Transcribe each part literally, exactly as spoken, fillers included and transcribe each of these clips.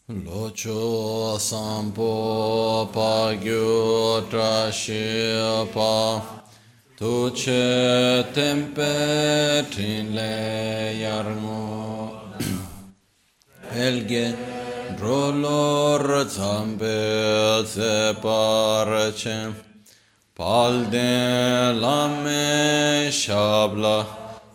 Locho sampo pa gyu tra shi pa tu che tempe trin le yarmo Helge drolor zambe ze parche palde lame shabla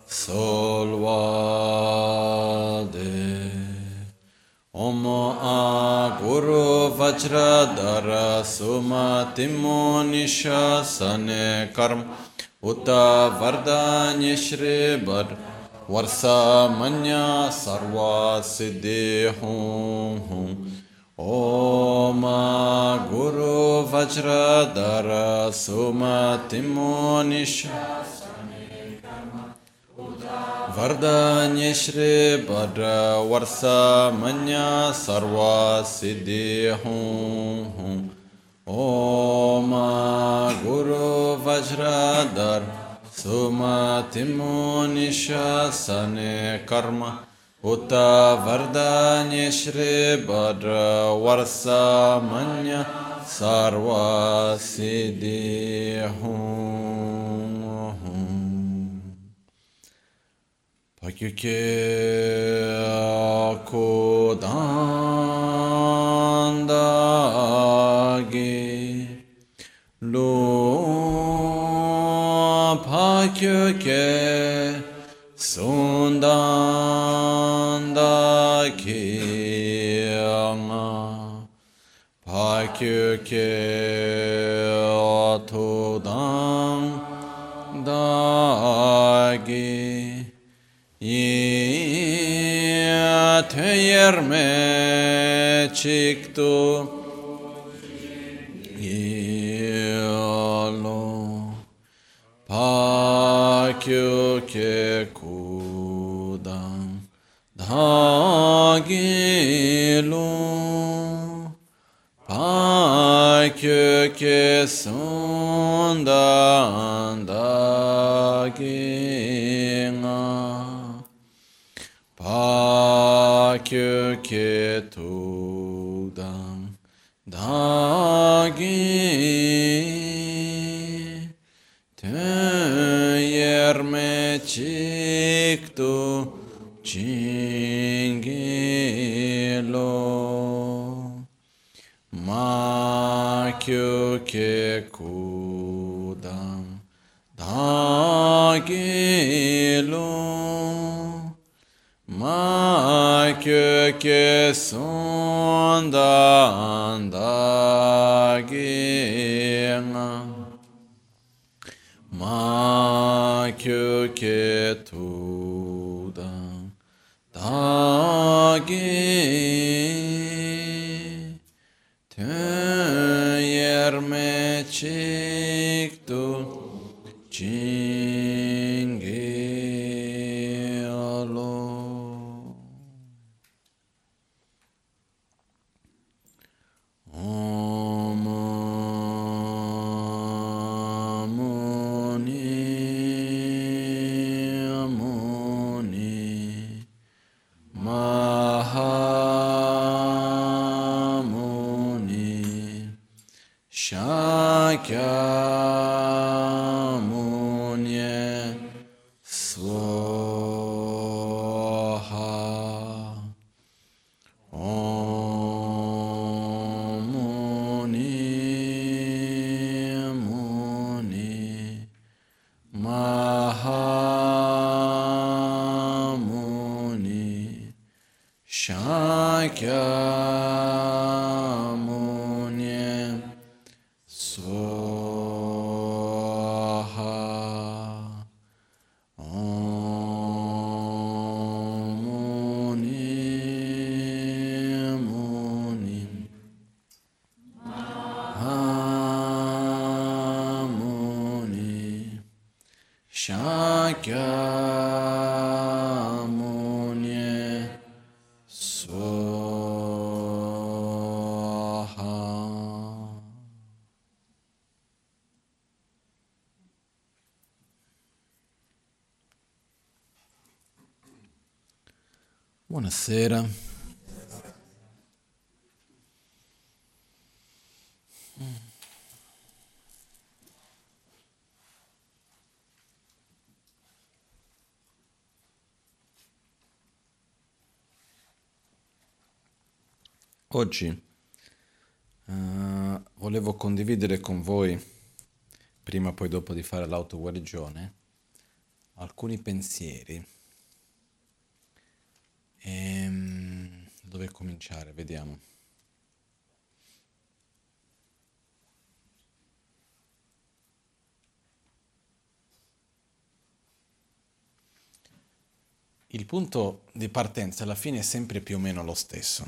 solvade Om a Guru Vajradhara Sumatimo Nishasane Karm Uta Vardanya Shri Bar Varsa Manya Sarva Siddhi Hum Hum Om a Guru Vajradhara Sumatimo Nishasane Vardanya Shri Bhadra Varsa Manya Sarva Siddhi Hum Hum Om Guru Vajradhar Sumatimo Nishasane Karma Uta Vardanya Shri Bhadra Varsa Manya Sarva Siddhi Hum Pakyuke Kodandagi Lo Pakyuke Sundandaki Pakyuke Todandagi Ye teyerme çiktu yelo pakyo ke kudan dagilo pakyo ke sundan dagina Pakyo ke tudam dagi Teyerme çiktu çingilo Makyo ke kudam dagilo Ma köke sondandagina Ma köke tudam dagi Teyerme çiktu çingilo Om Muni Muni Mahamuni Shakyamuni Swaha Om Muni Muni Mahamuni Shakyamuni Swaha Om Muni Muni Mahamuni Shakyamuni Swaha. Buonasera. Oggi eh, volevo condividere con voi, prima o poi dopo di fare l'autoguarigione, alcuni pensieri. Ehm, dove cominciare? Vediamo. Il punto di partenza alla fine è sempre più o meno lo stesso,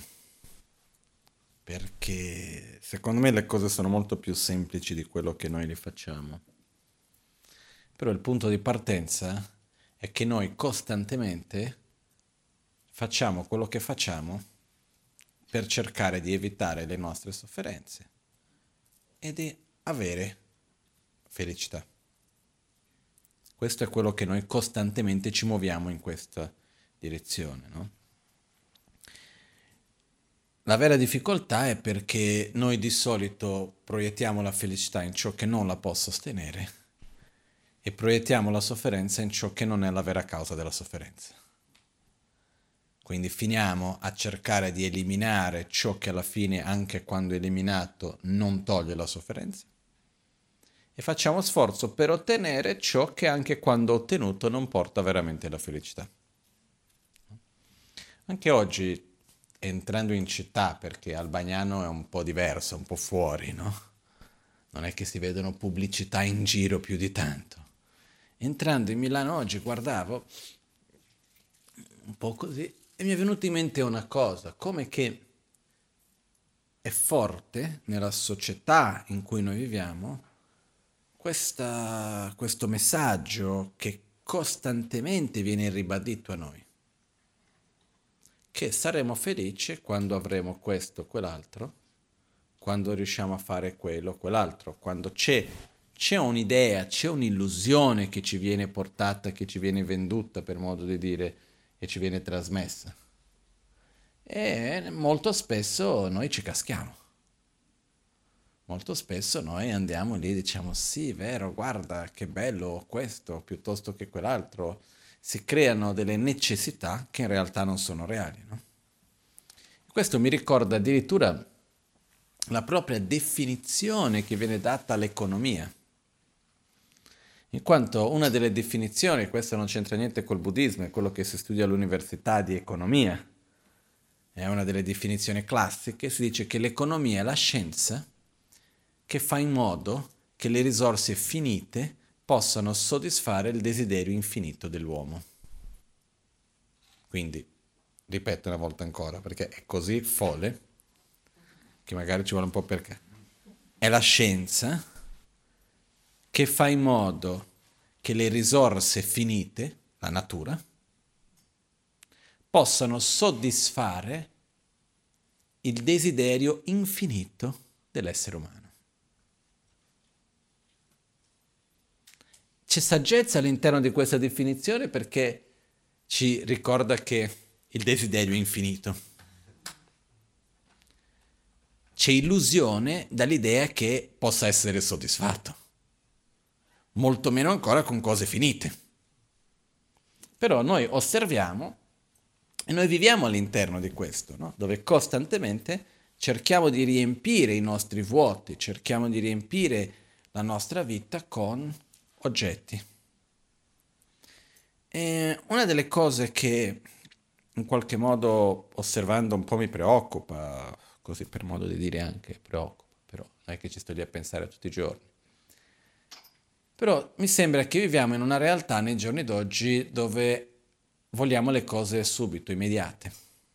perché secondo me le cose sono molto più semplici di quello che noi li facciamo. Però il punto di partenza è che noi costantemente facciamo quello che facciamo per cercare di evitare le nostre sofferenze e di avere felicità. Questo è quello che noi costantemente ci muoviamo in questa direzione, no? La vera difficoltà è perché noi di solito proiettiamo la felicità in ciò che non la può sostenere e proiettiamo la sofferenza in ciò che non è la vera causa della sofferenza. Quindi finiamo a cercare di eliminare ciò che alla fine, anche quando eliminato, non toglie la sofferenza. E facciamo sforzo per ottenere ciò che anche quando ottenuto non porta veramente la felicità. Anche oggi, entrando in città, perché Albagnano è un po' diverso, un po' fuori, no? Non è che si vedono pubblicità in giro più di tanto. Entrando in Milano oggi guardavo un po' così e mi è venuta in mente una cosa, come che è forte nella società in cui noi viviamo questa, questo messaggio che costantemente viene ribadito a noi, che saremo felici quando avremo questo, quell'altro, quando riusciamo a fare quello, quell'altro, quando c'è, c'è un'idea, c'è un'illusione che ci viene portata, che ci viene venduta, per modo di dire, e ci viene trasmessa. E molto spesso noi ci caschiamo. Molto spesso noi andiamo lì e diciamo sì, vero, guarda che bello questo piuttosto che quell'altro. Si creano delle necessità che in realtà non sono reali, no? Questo mi ricorda addirittura la propria definizione che viene data all'economia. In quanto una delle definizioni, questo non c'entra niente col buddismo, è quello che si studia all'università di economia, è una delle definizioni classiche, si dice che l'economia è la scienza che fa in modo che le risorse finite possano soddisfare il desiderio infinito dell'uomo. Quindi, ripeto una volta ancora, perché è così folle, che magari ci vuole un po' perché. È la scienza che fa in modo che le risorse finite, la natura, possano soddisfare il desiderio infinito dell'essere umano. C'è saggezza all'interno di questa definizione perché ci ricorda che il desiderio è infinito. C'è illusione dall'idea che possa essere soddisfatto, molto meno ancora con cose finite. Però noi osserviamo e noi viviamo all'interno di questo, no? Dove costantemente cerchiamo di riempire i nostri vuoti, cerchiamo di riempire la nostra vita con oggetti. E una delle cose che in qualche modo osservando un po' mi preoccupa, così per modo di dire anche preoccupa, però non è che ci sto lì a pensare tutti i giorni. Però mi sembra che viviamo in una realtà nei giorni d'oggi dove vogliamo le cose subito, immediate,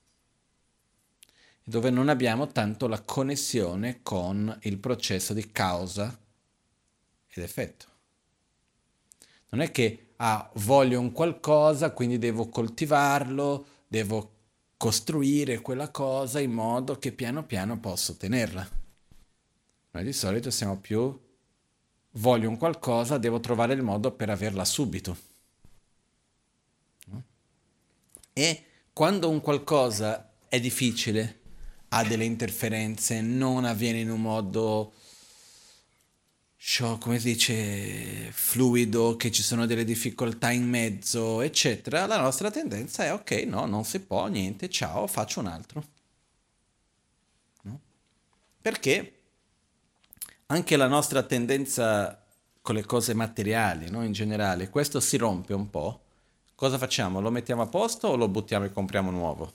dove non abbiamo tanto la connessione con il processo di causa ed effetto. Non è che ah, voglio un qualcosa, quindi devo coltivarlo, devo costruire quella cosa in modo che piano piano posso ottenerla. Noi di solito siamo più voglio un qualcosa, devo trovare il modo per averla subito. No? E quando un qualcosa è difficile, ha delle interferenze, non avviene in un modo come si dice, fluido, che ci sono delle difficoltà in mezzo, eccetera, la nostra tendenza è ok, no, non si può, niente, ciao, faccio un altro. Perché anche la nostra tendenza con le cose materiali, no? In generale, questo si rompe un po'. Cosa facciamo? Lo mettiamo a posto o lo buttiamo e compriamo nuovo?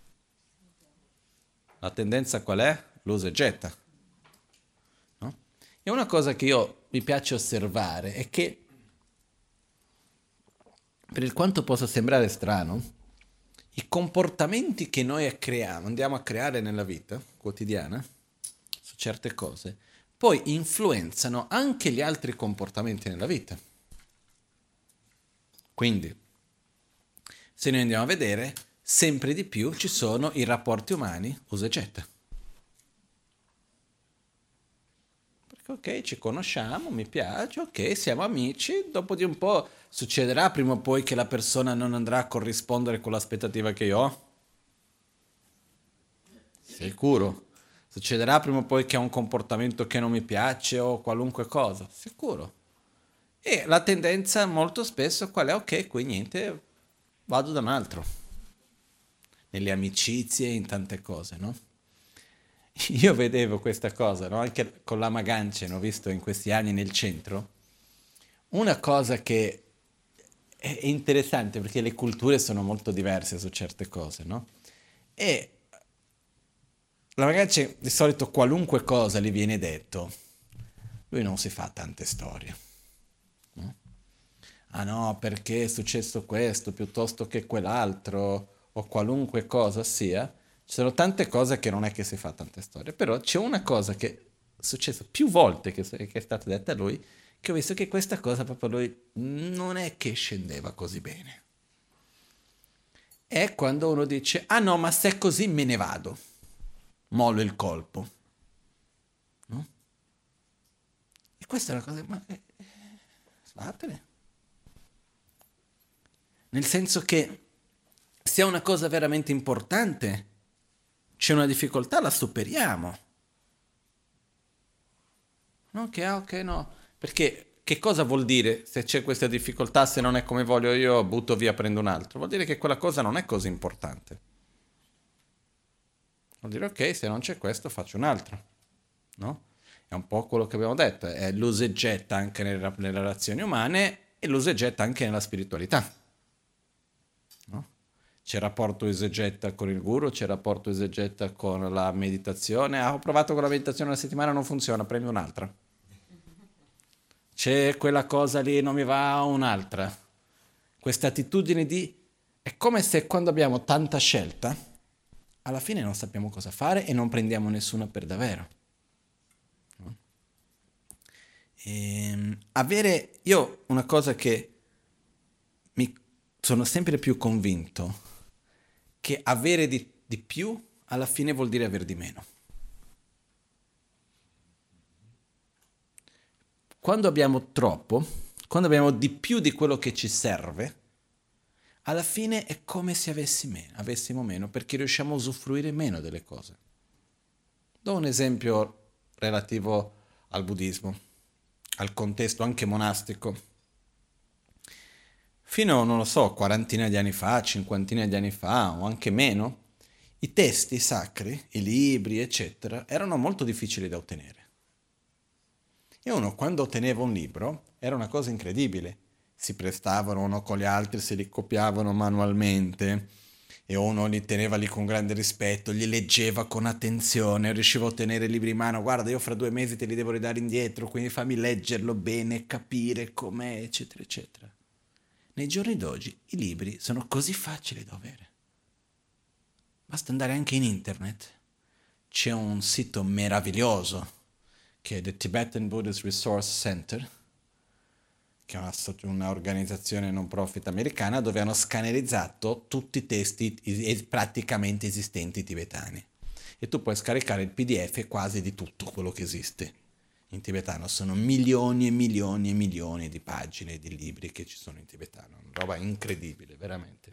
La tendenza qual è? L'usa e getta. No? E una cosa che io mi piace osservare è che, per il quanto possa sembrare strano, i comportamenti che noi creiamo, andiamo a creare nella vita quotidiana, su certe cose, poi influenzano anche gli altri comportamenti nella vita. Quindi, se noi andiamo a vedere, sempre di più ci sono i rapporti umani usa e getta. Perché ok, ci conosciamo, mi piace, ok, siamo amici, dopo di un po' succederà prima o poi che la persona non andrà a corrispondere con l'aspettativa che io ho? Sicuro. Succederà prima o poi che ha un comportamento che non mi piace o qualunque cosa? Sicuro. E la tendenza molto spesso qual è? Ok, qui niente, vado da un altro. Nelle amicizie, in tante cose, no? Io vedevo questa cosa, no? Anche con la Maganchen, ho visto in questi anni nel centro, una cosa che è interessante perché le culture sono molto diverse su certe cose, no? E la Maganchen, di solito qualunque cosa gli viene detto, lui non si fa tante storie. No? Ah no, perché è successo questo piuttosto che quell'altro, o qualunque cosa sia. Ci sono tante cose che non è che si fa tante storie, però c'è una cosa che è successa più volte che, che è stata detta a lui, che ho visto che questa cosa proprio lui non è che scendeva così bene. È quando uno dice, ah no, ma se è così me ne vado, mollo il colpo. No? E questa è una cosa, ma eh, vattene. Nel senso che se è una cosa veramente importante, c'è una difficoltà, la superiamo. No, che ah, ok, no. Perché che cosa vuol dire se c'è questa difficoltà, se non è come voglio io, butto via, prendo un altro? Vuol dire che quella cosa non è così importante. Vuol dire ok, se non c'è questo faccio un altro. No? È un po' quello che abbiamo detto, è l'usa e getta anche nelle, nelle relazioni umane e l'usa e getta anche nella spiritualità. No? C'è rapporto esegetta con il guru, c'è rapporto esegetta con la meditazione. Ah, ho provato con la meditazione una settimana, non funziona, prendi un'altra. C'è quella cosa lì, non mi va, un'altra. Questa attitudine di... È come se quando abbiamo tanta scelta, alla fine non sappiamo cosa fare e non prendiamo nessuna per davvero. No? E, avere... Io una cosa che mi sono sempre più convinto che avere di, di più alla fine vuol dire avere di meno. Quando abbiamo troppo, quando abbiamo di più di quello che ci serve, alla fine è come se avessi meno, avessimo meno, perché riusciamo a usufruire meno delle cose. Do un esempio relativo al buddismo, al contesto anche monastico. Fino, non lo so, quarantina di anni fa, cinquantina di anni fa o anche meno, i testi sacri, i libri, eccetera, erano molto difficili da ottenere. E uno, quando otteneva un libro, era una cosa incredibile. Si prestavano uno con gli altri, se li copiavano manualmente, e uno li teneva lì con grande rispetto, li leggeva con attenzione, riusciva a ottenere i libri in mano, guarda, io fra due mesi te li devo ridare indietro, quindi fammi leggerlo bene, capire com'è, eccetera, eccetera. Nei giorni d'oggi i libri sono così facili da avere. Basta andare anche in internet. C'è un sito meraviglioso che è The Tibetan Buddhist Resource Center, che è una, un'organizzazione non profit americana dove hanno scannerizzato tutti i testi es- praticamente esistenti tibetani. E tu puoi scaricare il P D F quasi di tutto quello che esiste in tibetano. Sono milioni e milioni e milioni di pagine di libri che ci sono in tibetano. Una roba incredibile, veramente.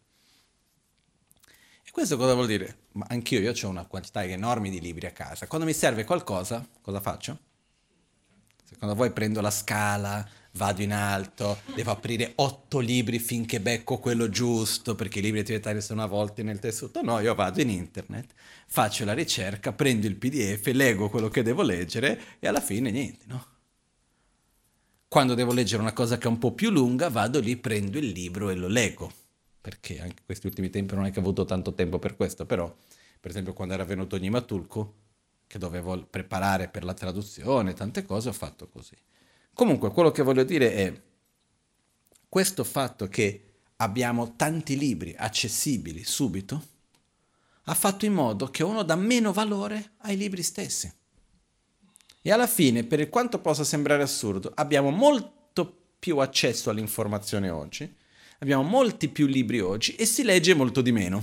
E questo cosa vuol dire? Ma anch'io, io ho una quantità enorme di libri a casa. Quando mi serve qualcosa, cosa faccio? Secondo voi prendo la scala, vado in alto, devo aprire otto libri finché becco quello giusto, perché i libri tibetani sono avvolti nel tessuto? No, io vado in internet, faccio la ricerca, prendo il P D F, leggo quello che devo leggere e alla fine niente, no? Quando devo leggere una cosa che è un po' più lunga, vado lì, prendo il libro e lo leggo, perché anche questi ultimi tempi non è che ho avuto tanto tempo per questo, però per esempio quando era venuto Gnima Tulku, che dovevo preparare per la traduzione, tante cose, ho fatto così. Comunque, quello che voglio dire è questo fatto che abbiamo tanti libri accessibili subito, ha fatto in modo che uno dà meno valore ai libri stessi. E alla fine, per quanto possa sembrare assurdo, abbiamo molto più accesso all'informazione oggi, abbiamo molti più libri oggi e si legge molto di meno.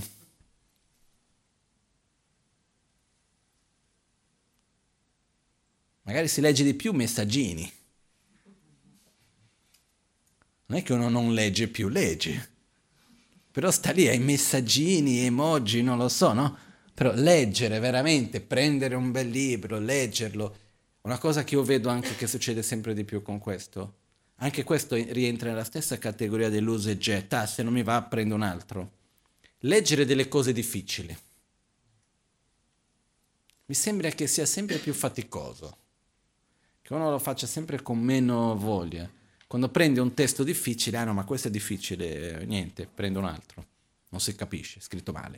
Magari si legge di più messaggini. Non è che uno non legge più, legge. Però sta lì ai messaggini, emoji, non lo so, no? Però leggere veramente, prendere un bel libro, leggerlo. Una cosa che io vedo anche che succede sempre di più con questo. Anche questo rientra nella stessa categoria dell'uso e getta. Ah, se non mi va, prendo un altro. Leggere delle cose difficili. Mi sembra che sia sempre più faticoso. Che uno lo faccia sempre con meno voglia. Quando prendi un testo difficile, ah no, ma questo è difficile, niente, prendo un altro. Non si capisce, è scritto male.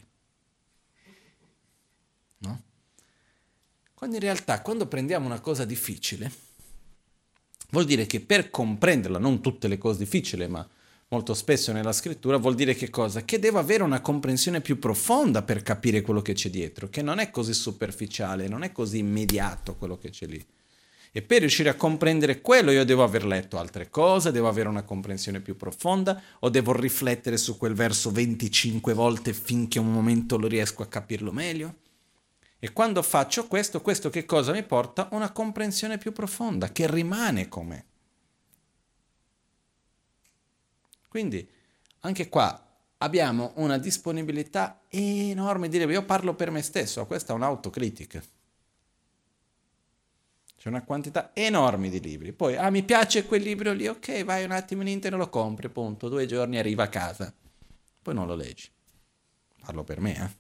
No? Quando in realtà, quando prendiamo una cosa difficile, vuol dire che per comprenderla, non tutte le cose difficili, ma molto spesso nella scrittura, vuol dire che cosa? Che devo avere una comprensione più profonda per capire quello che c'è dietro, che non è così superficiale, non è così immediato quello che c'è lì. E per riuscire a comprendere quello io devo aver letto altre cose, devo avere una comprensione più profonda o devo riflettere su quel verso venticinque volte finché un momento lo riesco a capirlo meglio. E quando faccio questo, questo che cosa mi porta? Una comprensione più profonda, che rimane con me. Quindi anche qua abbiamo una disponibilità enorme di libri. Io parlo per me stesso, questa è un'autocritica. C'è una quantità enorme di libri. Poi, ah, mi piace quel libro lì, ok, vai un attimo in internet e lo compri, punto. Due giorni arriva a casa. Poi non lo leggi. Parlo per me, eh.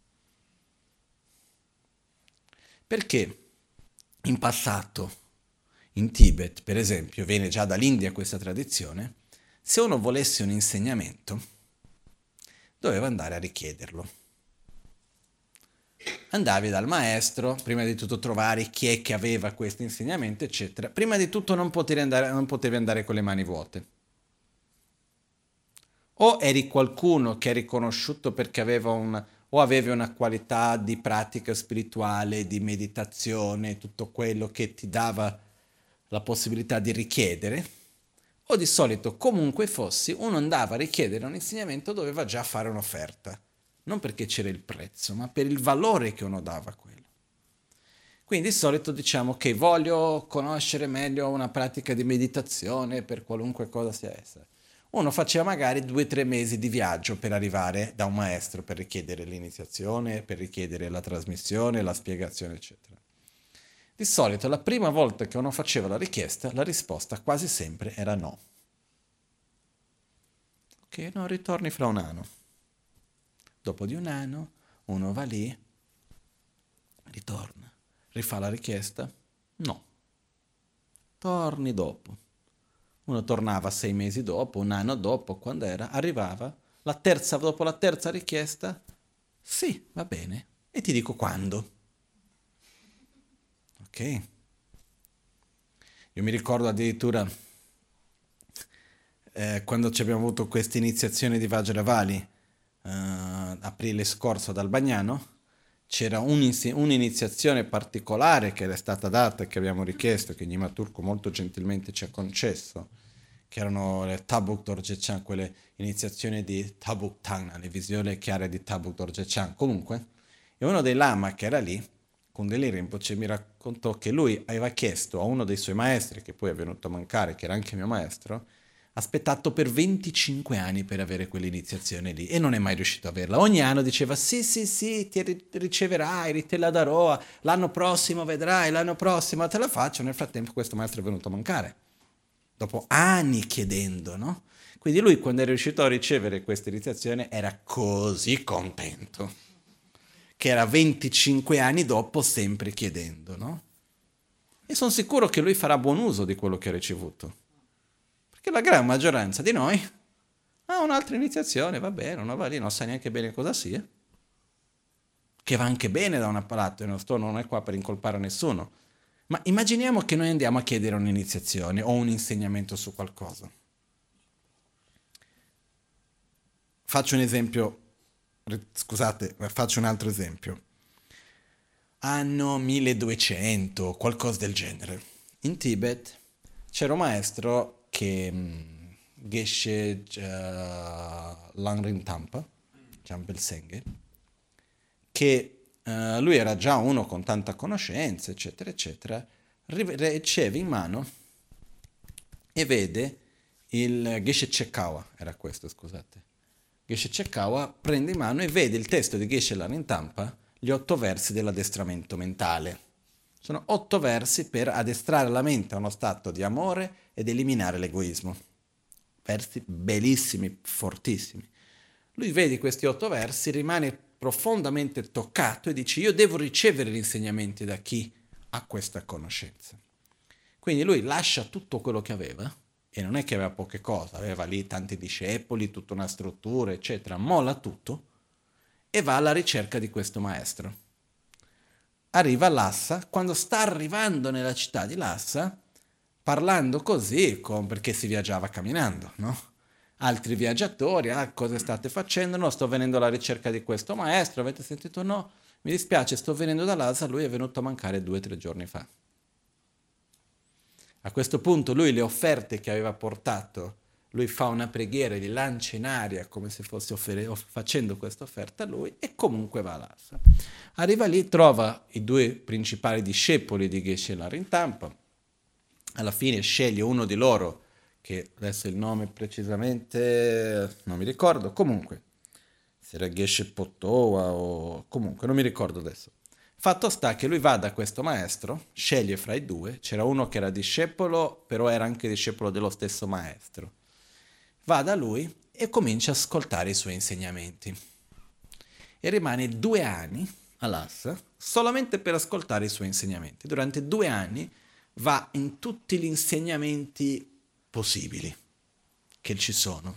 Perché in passato, in Tibet, per esempio, viene già dall'India questa tradizione, se uno volesse un insegnamento, doveva andare a richiederlo. Andavi dal maestro, prima di tutto trovare chi è che aveva questo insegnamento, eccetera. Prima di tutto non potevi andare, non potevi andare con le mani vuote. O eri qualcuno che è riconosciuto perché aveva un, o avevi una qualità di pratica spirituale, di meditazione, tutto quello che ti dava la possibilità di richiedere, o di solito comunque fossi, uno andava a richiedere un insegnamento, doveva già fare un'offerta. Non perché c'era il prezzo, ma per il valore che uno dava a quello. Quindi di solito diciamo che voglio conoscere meglio una pratica di meditazione per qualunque cosa sia essa. Uno faceva magari due o tre mesi di viaggio per arrivare da un maestro, per richiedere l'iniziazione, per richiedere la trasmissione, la spiegazione, eccetera. Di solito la prima volta che uno faceva la richiesta, la risposta quasi sempre era no. Ok, no, ritorni fra un anno. Dopo di un anno uno va lì, ritorna, rifà la richiesta, no, torni dopo. Uno tornava sei mesi dopo, un anno dopo, quando era, arrivava, la terza, dopo la terza richiesta, sì, va bene, e ti dico quando. Ok? Io mi ricordo addirittura eh, quando ci abbiamo avuto questa iniziazione di Vajravali, Uh, aprile scorso ad Albagnano, c'era un'iniziazione particolare che era stata data e che abbiamo richiesto, che Gnima Tulku molto gentilmente ci ha concesso, che erano le Tabuk Dorje Chan, quelle iniziazioni di Tabuk Tangna, le visioni chiare di Tabuk Dorje Chan. Comunque, e uno dei lama che era lì, Kundalini Rinpoche, mi raccontò che lui aveva chiesto a uno dei suoi maestri, che poi è venuto a mancare, che era anche mio maestro, aspettato per venticinque anni per avere quell'iniziazione lì e non è mai riuscito a averla. Ogni anno diceva sì, sì, sì, ti riceverai, te la darò, l'anno prossimo vedrai, l'anno prossimo te la faccio. Nel frattempo questo maestro è venuto a mancare, dopo anni chiedendo, no? Quindi lui quando è riuscito a ricevere questa iniziazione era così contento, che era venticinque anni dopo sempre chiedendo, no? E sono sicuro che lui farà buon uso di quello che ha ricevuto. Perché la gran maggioranza di noi ha un'altra iniziazione, va bene, non va lì, non sa neanche bene cosa sia. Che va anche bene da una parte, non, sto, non è qua per incolpare nessuno. Ma immaginiamo che noi andiamo a chiedere un'iniziazione o un insegnamento su qualcosa. Faccio un esempio, scusate, faccio un altro esempio. Anno milleduecento, qualcosa del genere. In Tibet c'era un maestro che Geshe uh, Langren Tampa, Champel Senghe, che uh, lui era già uno con tanta conoscenza, eccetera, eccetera, riceve in mano e vede il Geshe Chekawa, era questo, scusate. Geshe Chekawa prende in mano e vede il testo di Geshe Langren Tampa, gli otto versi dell'addestramento mentale. Sono otto versi per addestrare la mente a uno stato di amore ed eliminare l'egoismo. Versi bellissimi, fortissimi. Lui vede questi otto versi, rimane profondamente toccato e dice: io devo ricevere gli insegnamenti da chi ha questa conoscenza. Quindi lui lascia tutto quello che aveva, e non è che aveva poche cose, aveva lì tanti discepoli, tutta una struttura, eccetera, molla tutto e va alla ricerca di questo maestro. Arriva a Lhasa, quando sta arrivando nella città di Lhasa, parlando così, con, perché si viaggiava camminando, no? Altri viaggiatori, ah, cosa state facendo? No, sto venendo alla ricerca di questo maestro, avete sentito? No, mi dispiace, sto venendo da Lhasa, lui è venuto a mancare due o tre giorni fa. A questo punto lui le offerte che aveva portato, lui fa una preghiera, li lancia in aria come se fosse offere, facendo questa offerta a lui e comunque va a Lhasa. Arriva lì, trova i due principali discepoli di Geshe Langren Tampa, alla fine sceglie uno di loro, che adesso il nome precisamente non mi ricordo, comunque, se era Geshe Pottowa o comunque, non mi ricordo adesso. Fatto sta che lui va da questo maestro, sceglie fra i due, c'era uno che era discepolo, però era anche discepolo dello stesso maestro. Va da lui e comincia a ascoltare i suoi insegnamenti. E rimane due anni a Lhasa solamente per ascoltare i suoi insegnamenti. Durante due anni va in tutti gli insegnamenti possibili che ci sono.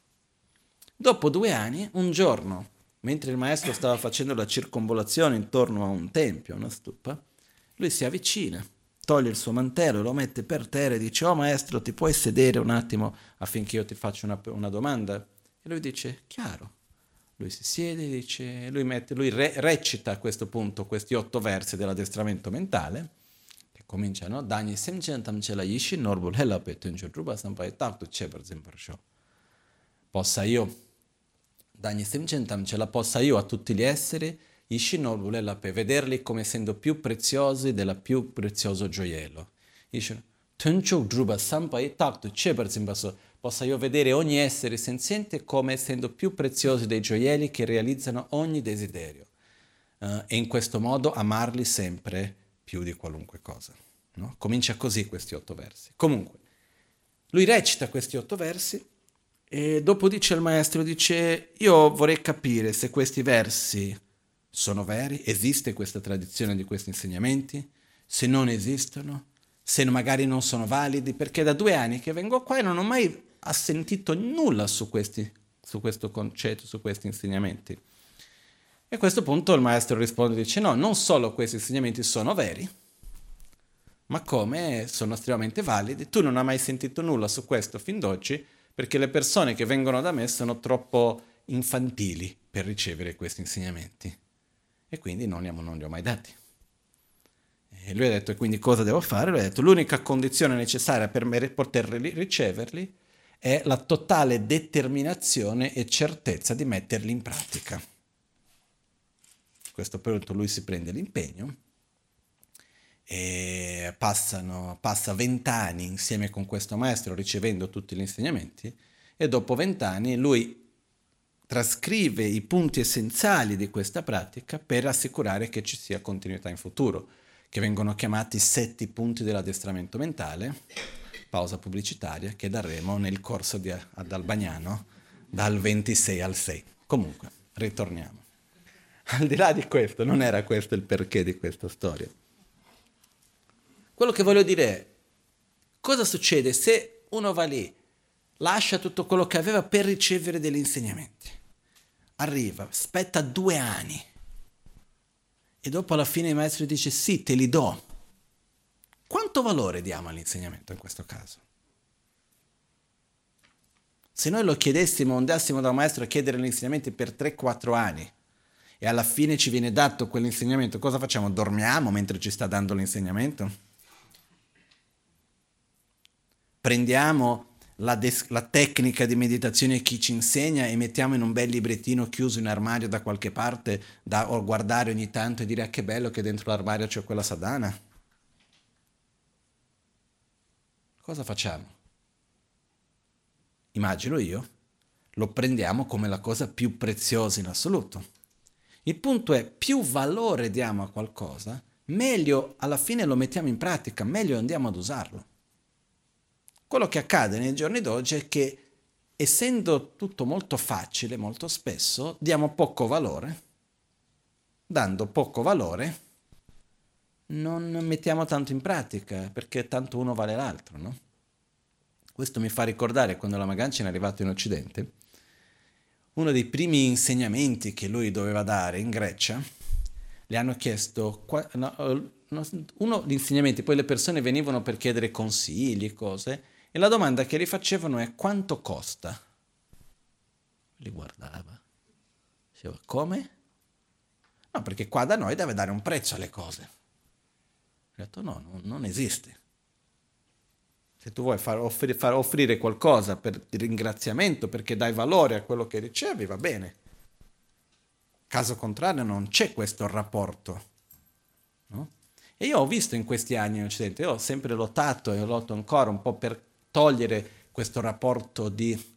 Dopo due anni, un giorno, mentre il maestro stava facendo la circonvolazione intorno a un tempio, una stupa, lui si avvicina, toglie il suo mantello, lo mette per terra e dice: oh maestro, ti puoi sedere un attimo affinché io ti faccia una, una domanda? E lui dice: chiaro. Lui si siede, dice, lui, mette, lui re, recita a questo punto questi otto versi dell'addestramento mentale, che cominciano: Dagni semcentam cela yishi norbul hella petunjur ruba sampai taktu chebar zimbarsho. Possa io, Dagni semcentam cela possa io a tutti gli esseri, yishi norbul hella pe, vederli come essendo più preziosi della più prezioso gioiello. Yishi tunchuk druba sampai taktu chebar zimbarsho. Possa io vedere ogni essere senziente come essendo più preziosi dei gioielli che realizzano ogni desiderio. Uh, e in questo modo amarli sempre più di qualunque cosa. No? Comincia così questi otto versi. Comunque, lui recita questi otto versi e dopo dice al maestro, dice: io vorrei capire se questi versi sono veri, esiste questa tradizione di questi insegnamenti, se non esistono, se magari non sono validi, perché da due anni che vengo qua e non ho mai ha sentito nulla su, questi, su questo concetto, su questi insegnamenti. E a questo punto il maestro risponde e dice: no, non solo questi insegnamenti sono veri, ma come sono estremamente validi. Tu non hai mai sentito nulla su questo fin d'oggi, perché le persone che vengono da me sono troppo infantili per ricevere questi insegnamenti. E quindi non li, non li ho mai dati. E lui ha detto: e quindi cosa devo fare? Lui ha detto: l'unica condizione necessaria per me poterli riceverli è la totale determinazione e certezza di metterli in pratica. A questo punto lui si prende l'impegno e passano, passa vent'anni insieme con questo maestro ricevendo tutti gli insegnamenti e dopo vent'anni lui trascrive i punti essenziali di questa pratica per assicurare che ci sia continuità in futuro, che vengono chiamati sette punti dell'addestramento mentale, pausa pubblicitaria, che daremo nel corso di, ad Albagnano dal ventisei al sei. Comunque, ritorniamo. Al di là di questo, non era questo il perché di questa storia. Quello che voglio dire è, cosa succede se uno va lì, lascia tutto quello che aveva per ricevere degli insegnamenti? Arriva, aspetta due anni e dopo alla fine il maestro dice sì, te li do. Quanto valore diamo all'insegnamento in questo caso? Se noi lo chiedessimo, andassimo da un maestro a chiedere gli insegnamenti per tre quattro anni e alla fine ci viene dato quell'insegnamento, cosa facciamo? Dormiamo mentre ci sta dando l'insegnamento? Prendiamo la, des- la tecnica di meditazione che ci insegna e mettiamo in un bel librettino chiuso in armadio da qualche parte da guardare ogni tanto e dire ah, che bello che dentro l'armadio c'è quella sadhana? Cosa facciamo? Immagino io, lo prendiamo come la cosa più preziosa in assoluto. Il punto è, più valore diamo a qualcosa, meglio alla fine lo mettiamo in pratica, meglio andiamo ad usarlo. Quello che accade nei giorni d'oggi è che, essendo tutto molto facile, molto spesso, diamo poco valore. Dando poco valore, non mettiamo tanto in pratica, perché tanto uno vale l'altro, no? Questo mi fa ricordare quando la Magancia è arrivato in Occidente, uno dei primi insegnamenti che lui doveva dare in Grecia, le hanno chiesto, no, uno degli insegnamenti, poi le persone venivano per chiedere consigli, cose, e la domanda che gli facevano è quanto costa? Li guardava, diceva come? No, perché qua da noi deve dare un prezzo alle cose. Ho detto no, non, non esiste. Se tu vuoi far offrire, far offrire qualcosa per ringraziamento, perché dai valore a quello che ricevi, va bene. Caso contrario non c'è questo rapporto. No? E io ho visto in questi anni in Occidente, io ho sempre lottato e lotto ancora un po' per togliere questo rapporto di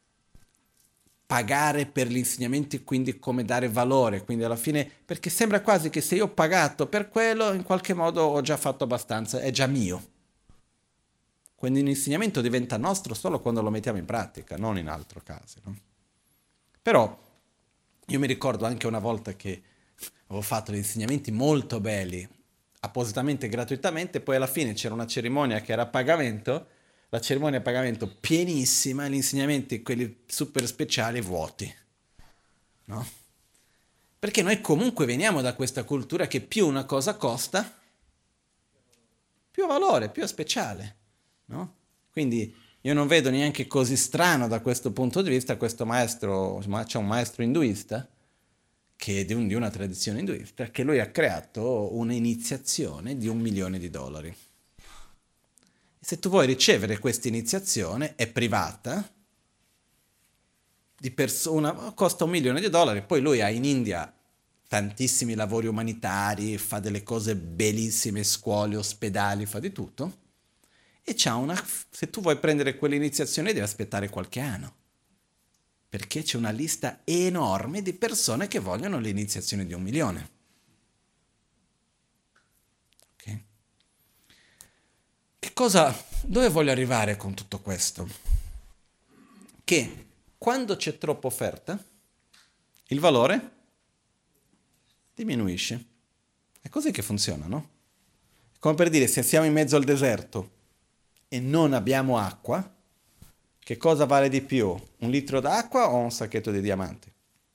pagare per gli insegnamenti, quindi come dare valore, quindi alla fine, perché sembra quasi che se io ho pagato per quello, in qualche modo ho già fatto abbastanza, è già mio. Quindi l'insegnamento diventa nostro solo quando lo mettiamo in pratica, non in altro caso. No? Però io mi ricordo anche una volta che avevo fatto degli insegnamenti molto belli, appositamente gratuitamente, poi alla fine c'era una cerimonia che era a pagamento, la cerimonia a pagamento pienissima, gli insegnamenti, quelli super speciali, vuoti. No? Perché noi comunque veniamo da questa cultura che più una cosa costa, più valore, più è speciale. No? Quindi io non vedo neanche così strano da questo punto di vista questo maestro, c'è un maestro induista che è di, un, di una tradizione induista, che lui ha creato un'iniziazione di un milione di dollari. Se tu vuoi ricevere questa iniziazione è privata, di persona, costa un milione di dollari, poi lui ha in India tantissimi lavori umanitari, fa delle cose bellissime, scuole, ospedali, fa di tutto. E c'ha una, se tu vuoi prendere quell'iniziazione devi aspettare qualche anno, perché c'è una lista enorme di persone che vogliono l'iniziazione di un milione. Okay? Che cosa, dove voglio arrivare con tutto questo? Che quando c'è troppa offerta, il valore diminuisce. È così che funziona, no? È come per dire, se siamo in mezzo al deserto e non abbiamo acqua, che cosa vale di più? Un litro d'acqua o un sacchetto di diamanti?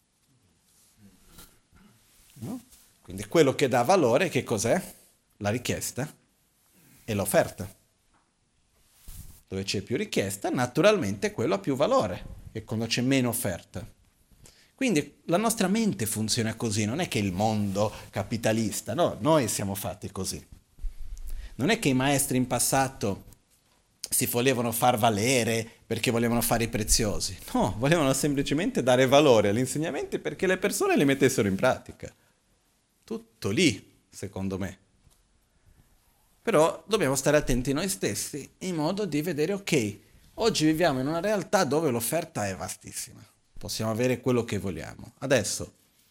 No? Quindi quello che dà valore, che cos'è? La richiesta e l'offerta. Dove c'è più richiesta, naturalmente quello ha più valore, e quando c'è meno offerta. Quindi la nostra mente funziona così, non è che il mondo capitalista, no, noi siamo fatti così. Non è che i maestri in passato si volevano far valere perché volevano fare i preziosi. No, volevano semplicemente dare valore agli insegnamenti perché le persone li mettessero in pratica. Tutto lì, secondo me. Però dobbiamo stare attenti noi stessi in modo di vedere, ok, oggi viviamo in una realtà dove l'offerta è vastissima. Possiamo avere quello che vogliamo. Adesso,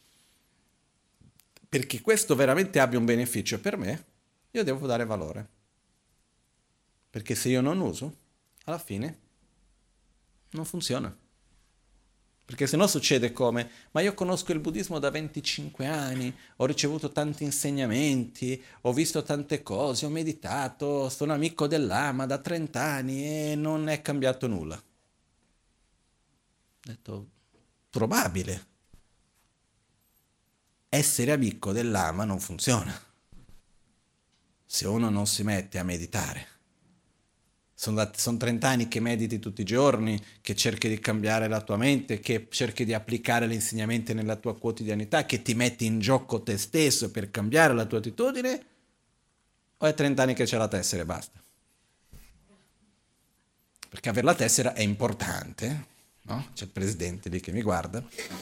perché questo veramente abbia un beneficio per me, io devo dare valore. Perché se io non uso, alla fine non funziona. Perché se no succede come, ma io conosco il buddismo da venticinque anni, ho ricevuto tanti insegnamenti, ho visto tante cose, ho meditato, sono amico dell'Ama da trenta anni e non è cambiato nulla. Ho detto, probabile. Essere amico dell'Ama non funziona se uno non si mette a meditare. Sono, sono trenta anni che mediti tutti i giorni, che cerchi di cambiare la tua mente, che cerchi di applicare gli insegnamenti nella tua quotidianità, che ti metti in gioco te stesso per cambiare la tua attitudine, o è trenta anni che c'è la tessera e basta? Perché avere la tessera è importante, no? C'è il presidente lì che mi guarda.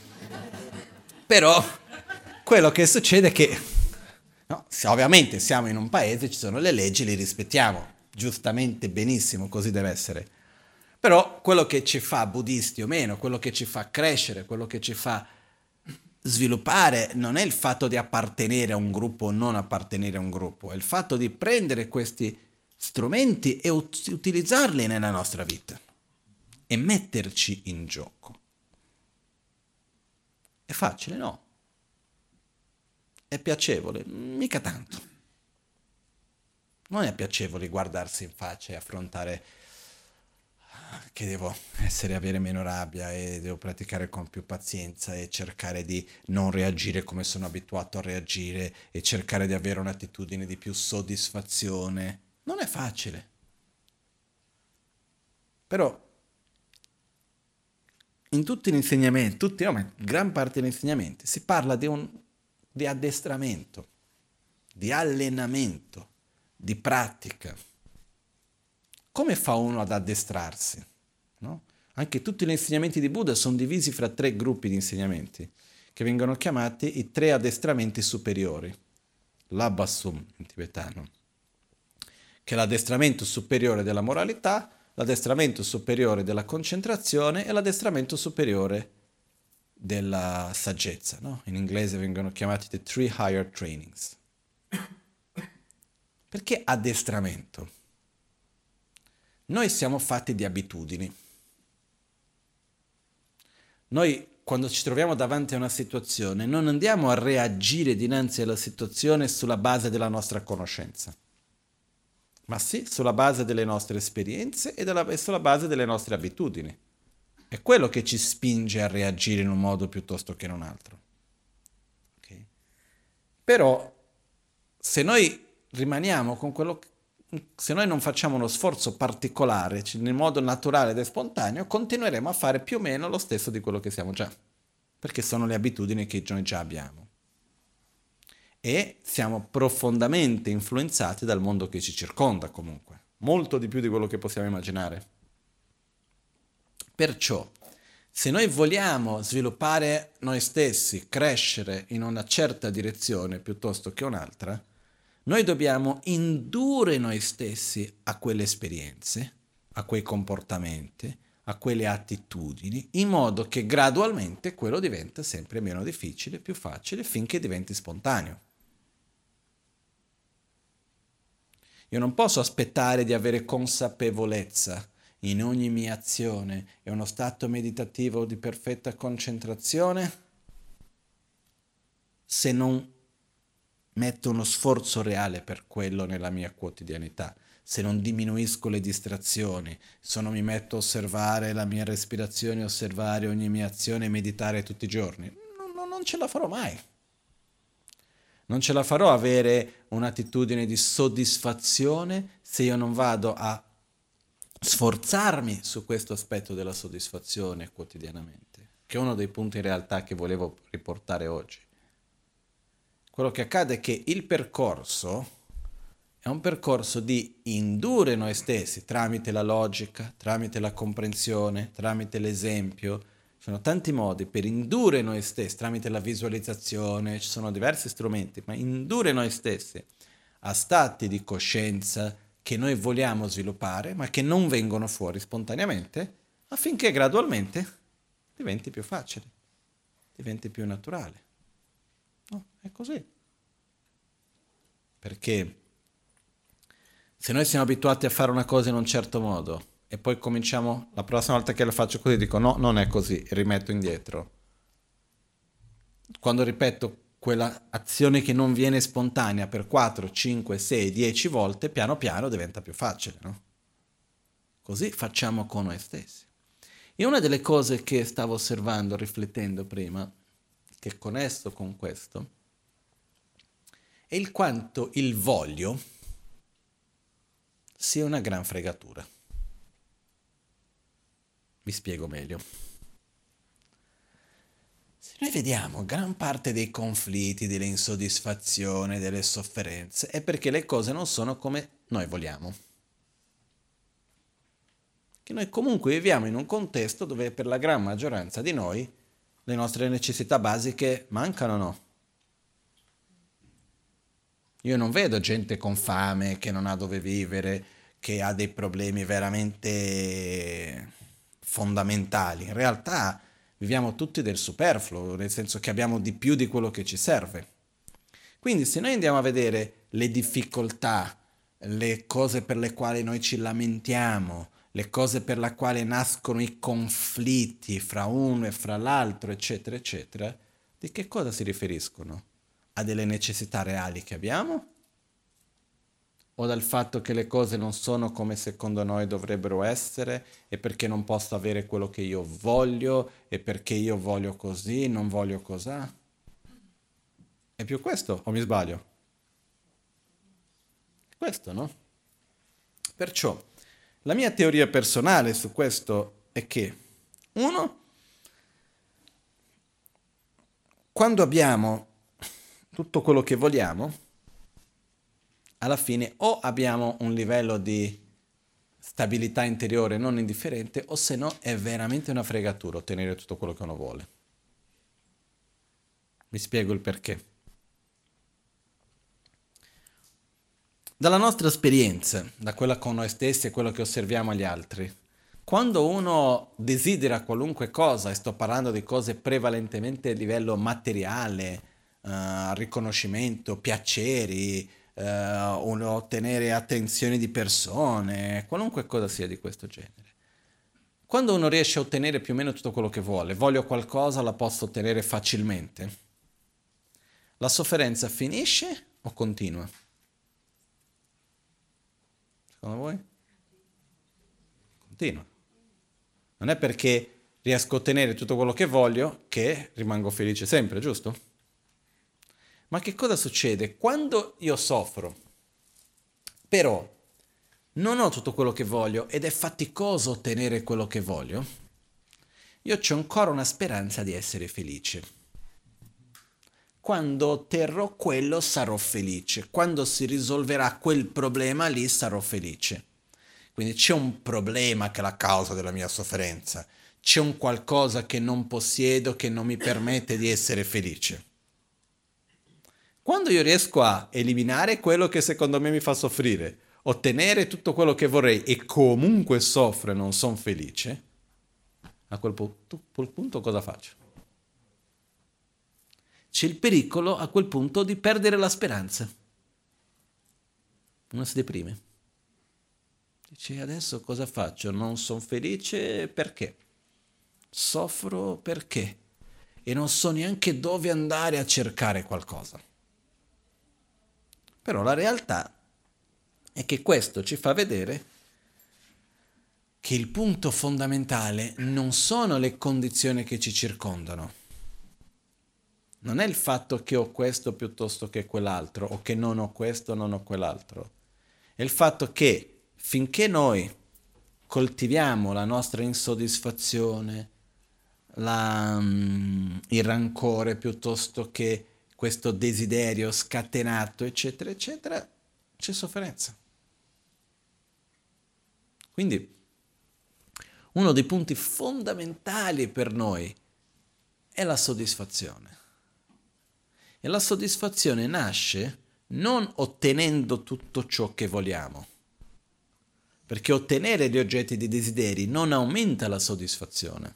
Però quello che succede è che, no, se ovviamente siamo in un paese, ci sono le leggi, le rispettiamo. Giustamente, benissimo, così deve essere. Però quello che ci fa buddisti o meno, quello che ci fa crescere, quello che ci fa sviluppare non è il fatto di appartenere a un gruppo o non appartenere a un gruppo, è il fatto di prendere questi strumenti e ut- utilizzarli nella nostra vita e metterci in gioco. È facile? No. È piacevole? Mica tanto. Non è piacevole guardarsi in faccia e affrontare che devo essere, avere meno rabbia e devo praticare con più pazienza e cercare di non reagire come sono abituato a reagire e cercare di avere un'attitudine di più soddisfazione. Non è facile. Però in tutti gli insegnamenti, tutti, no, ma gran parte degli insegnamenti, si parla di un di addestramento, di allenamento, di pratica. Come fa uno ad addestrarsi? No? Anche tutti gli insegnamenti di Buddha sono divisi fra tre gruppi di insegnamenti, che vengono chiamati i tre addestramenti superiori. L'Abbasum in tibetano, che è l'addestramento superiore della moralità, l'addestramento superiore della concentrazione e l'addestramento superiore della saggezza, no? In inglese vengono chiamati the three higher trainings. Perché addestramento? Noi siamo fatti di abitudini. Noi quando ci troviamo davanti a una situazione non andiamo a reagire dinanzi alla situazione sulla base della nostra conoscenza, ma sì sulla base delle nostre esperienze e, della, e sulla base delle nostre abitudini. È quello che ci spinge a reagire in un modo piuttosto che in un altro. Okay? Però, se noi rimaniamo con quello che, se noi non facciamo uno sforzo particolare, in modo naturale ed spontaneo, continueremo a fare più o meno lo stesso di quello che siamo già, perché sono le abitudini che noi già abbiamo. E siamo profondamente influenzati dal mondo che ci circonda comunque, molto di più di quello che possiamo immaginare. Perciò, se noi vogliamo sviluppare noi stessi, crescere in una certa direzione piuttosto che un'altra, noi dobbiamo indurre noi stessi a quelle esperienze, a quei comportamenti, a quelle attitudini, in modo che gradualmente quello diventa sempre meno difficile, più facile, finché diventi spontaneo. Io non posso aspettare di avere consapevolezza in ogni mia azione e uno stato meditativo di perfetta concentrazione se non metto uno sforzo reale per quello nella mia quotidianità, se non diminuisco le distrazioni, se non mi metto a osservare la mia respirazione, osservare ogni mia azione e meditare tutti i giorni, non, non ce la farò mai. Non ce la farò avere un'attitudine di soddisfazione se io non vado a sforzarmi su questo aspetto della soddisfazione quotidianamente, che è uno dei punti in realtà che volevo riportare oggi. Quello che accade è che il percorso è un percorso di indurre noi stessi tramite la logica, tramite la comprensione, tramite l'esempio. Ci sono tanti modi per indurre noi stessi, tramite la visualizzazione, ci sono diversi strumenti, ma indurre noi stessi a stati di coscienza che noi vogliamo sviluppare, ma che non vengono fuori spontaneamente, affinché gradualmente diventi più facile, diventi più naturale. No, è così. Perché se noi siamo abituati a fare una cosa in un certo modo e poi cominciamo, la prossima volta che la faccio così dico no, non è così, e rimetto indietro. Quando ripeto quella azione che non viene spontanea per quattro, cinque, sei, dieci volte, piano piano diventa più facile, no? Così facciamo con noi stessi. E una delle cose che stavo osservando, riflettendo prima, che è connesso con questo, è il quanto il voglio sia una gran fregatura. Vi spiego meglio. Se noi vediamo gran parte dei conflitti, delle insoddisfazioni, delle sofferenze, è perché le cose non sono come noi vogliamo. Che noi comunque viviamo in un contesto dove per la gran maggioranza di noi le nostre necessità basiche mancano o no? Io non vedo gente con fame, che non ha dove vivere, che ha dei problemi veramente fondamentali. In realtà viviamo tutti del superfluo, nel senso che abbiamo di più di quello che ci serve. Quindi se noi andiamo a vedere le difficoltà, le cose per le quali noi ci lamentiamo, le cose per le quali nascono i conflitti fra uno e fra l'altro, eccetera, eccetera, di che cosa si riferiscono? A delle necessità reali che abbiamo? O dal fatto che le cose non sono come secondo noi dovrebbero essere e perché non posso avere quello che io voglio e perché io voglio così, non voglio cos'ha? È più questo o mi sbaglio? Questo, no? Perciò la mia teoria personale su questo è che, uno, quando abbiamo tutto quello che vogliamo, alla fine o abbiamo un livello di stabilità interiore non indifferente, o se no è veramente una fregatura ottenere tutto quello che uno vuole. Vi spiego il perché. Dalla nostra esperienza, da quella con noi stessi e quello che osserviamo agli altri, quando uno desidera qualunque cosa, e sto parlando di cose prevalentemente a livello materiale, eh, riconoscimento, piaceri, eh, ottenere attenzioni di persone, qualunque cosa sia di questo genere. Quando uno riesce a ottenere più o meno tutto quello che vuole, voglio qualcosa, la posso ottenere facilmente, la sofferenza finisce o continua? Secondo voi? Continua. Non è perché riesco a ottenere tutto quello che voglio che rimango felice sempre, giusto? Ma che cosa succede? Quando io soffro, però non ho tutto quello che voglio ed è faticoso ottenere quello che voglio, io ho ancora una speranza di essere felice. Quando otterrò quello sarò felice, quando si risolverà quel problema lì sarò felice. Quindi c'è un problema che è la causa della mia sofferenza, c'è un qualcosa che non possiedo che non mi permette di essere felice. Quando io riesco a eliminare quello che secondo me mi fa soffrire, ottenere tutto quello che vorrei e comunque soffro e non sono felice, a quel, pu- a quel punto cosa faccio? C'è il pericolo a quel punto di perdere la speranza. Uno si deprime. Dice, adesso cosa faccio? Non sono felice perché? Soffro perché? E non so neanche dove andare a cercare qualcosa. Però la realtà è che questo ci fa vedere che il punto fondamentale non sono le condizioni che ci circondano. Non è il fatto che ho questo piuttosto che quell'altro, o che non ho questo, non ho quell'altro. È il fatto che finché noi coltiviamo la nostra insoddisfazione, la, mm, il rancore piuttosto che questo desiderio scatenato, eccetera, eccetera, c'è sofferenza. Quindi uno dei punti fondamentali per noi è la soddisfazione. E la soddisfazione nasce non ottenendo tutto ciò che vogliamo. Perché ottenere gli oggetti di desideri non aumenta la soddisfazione.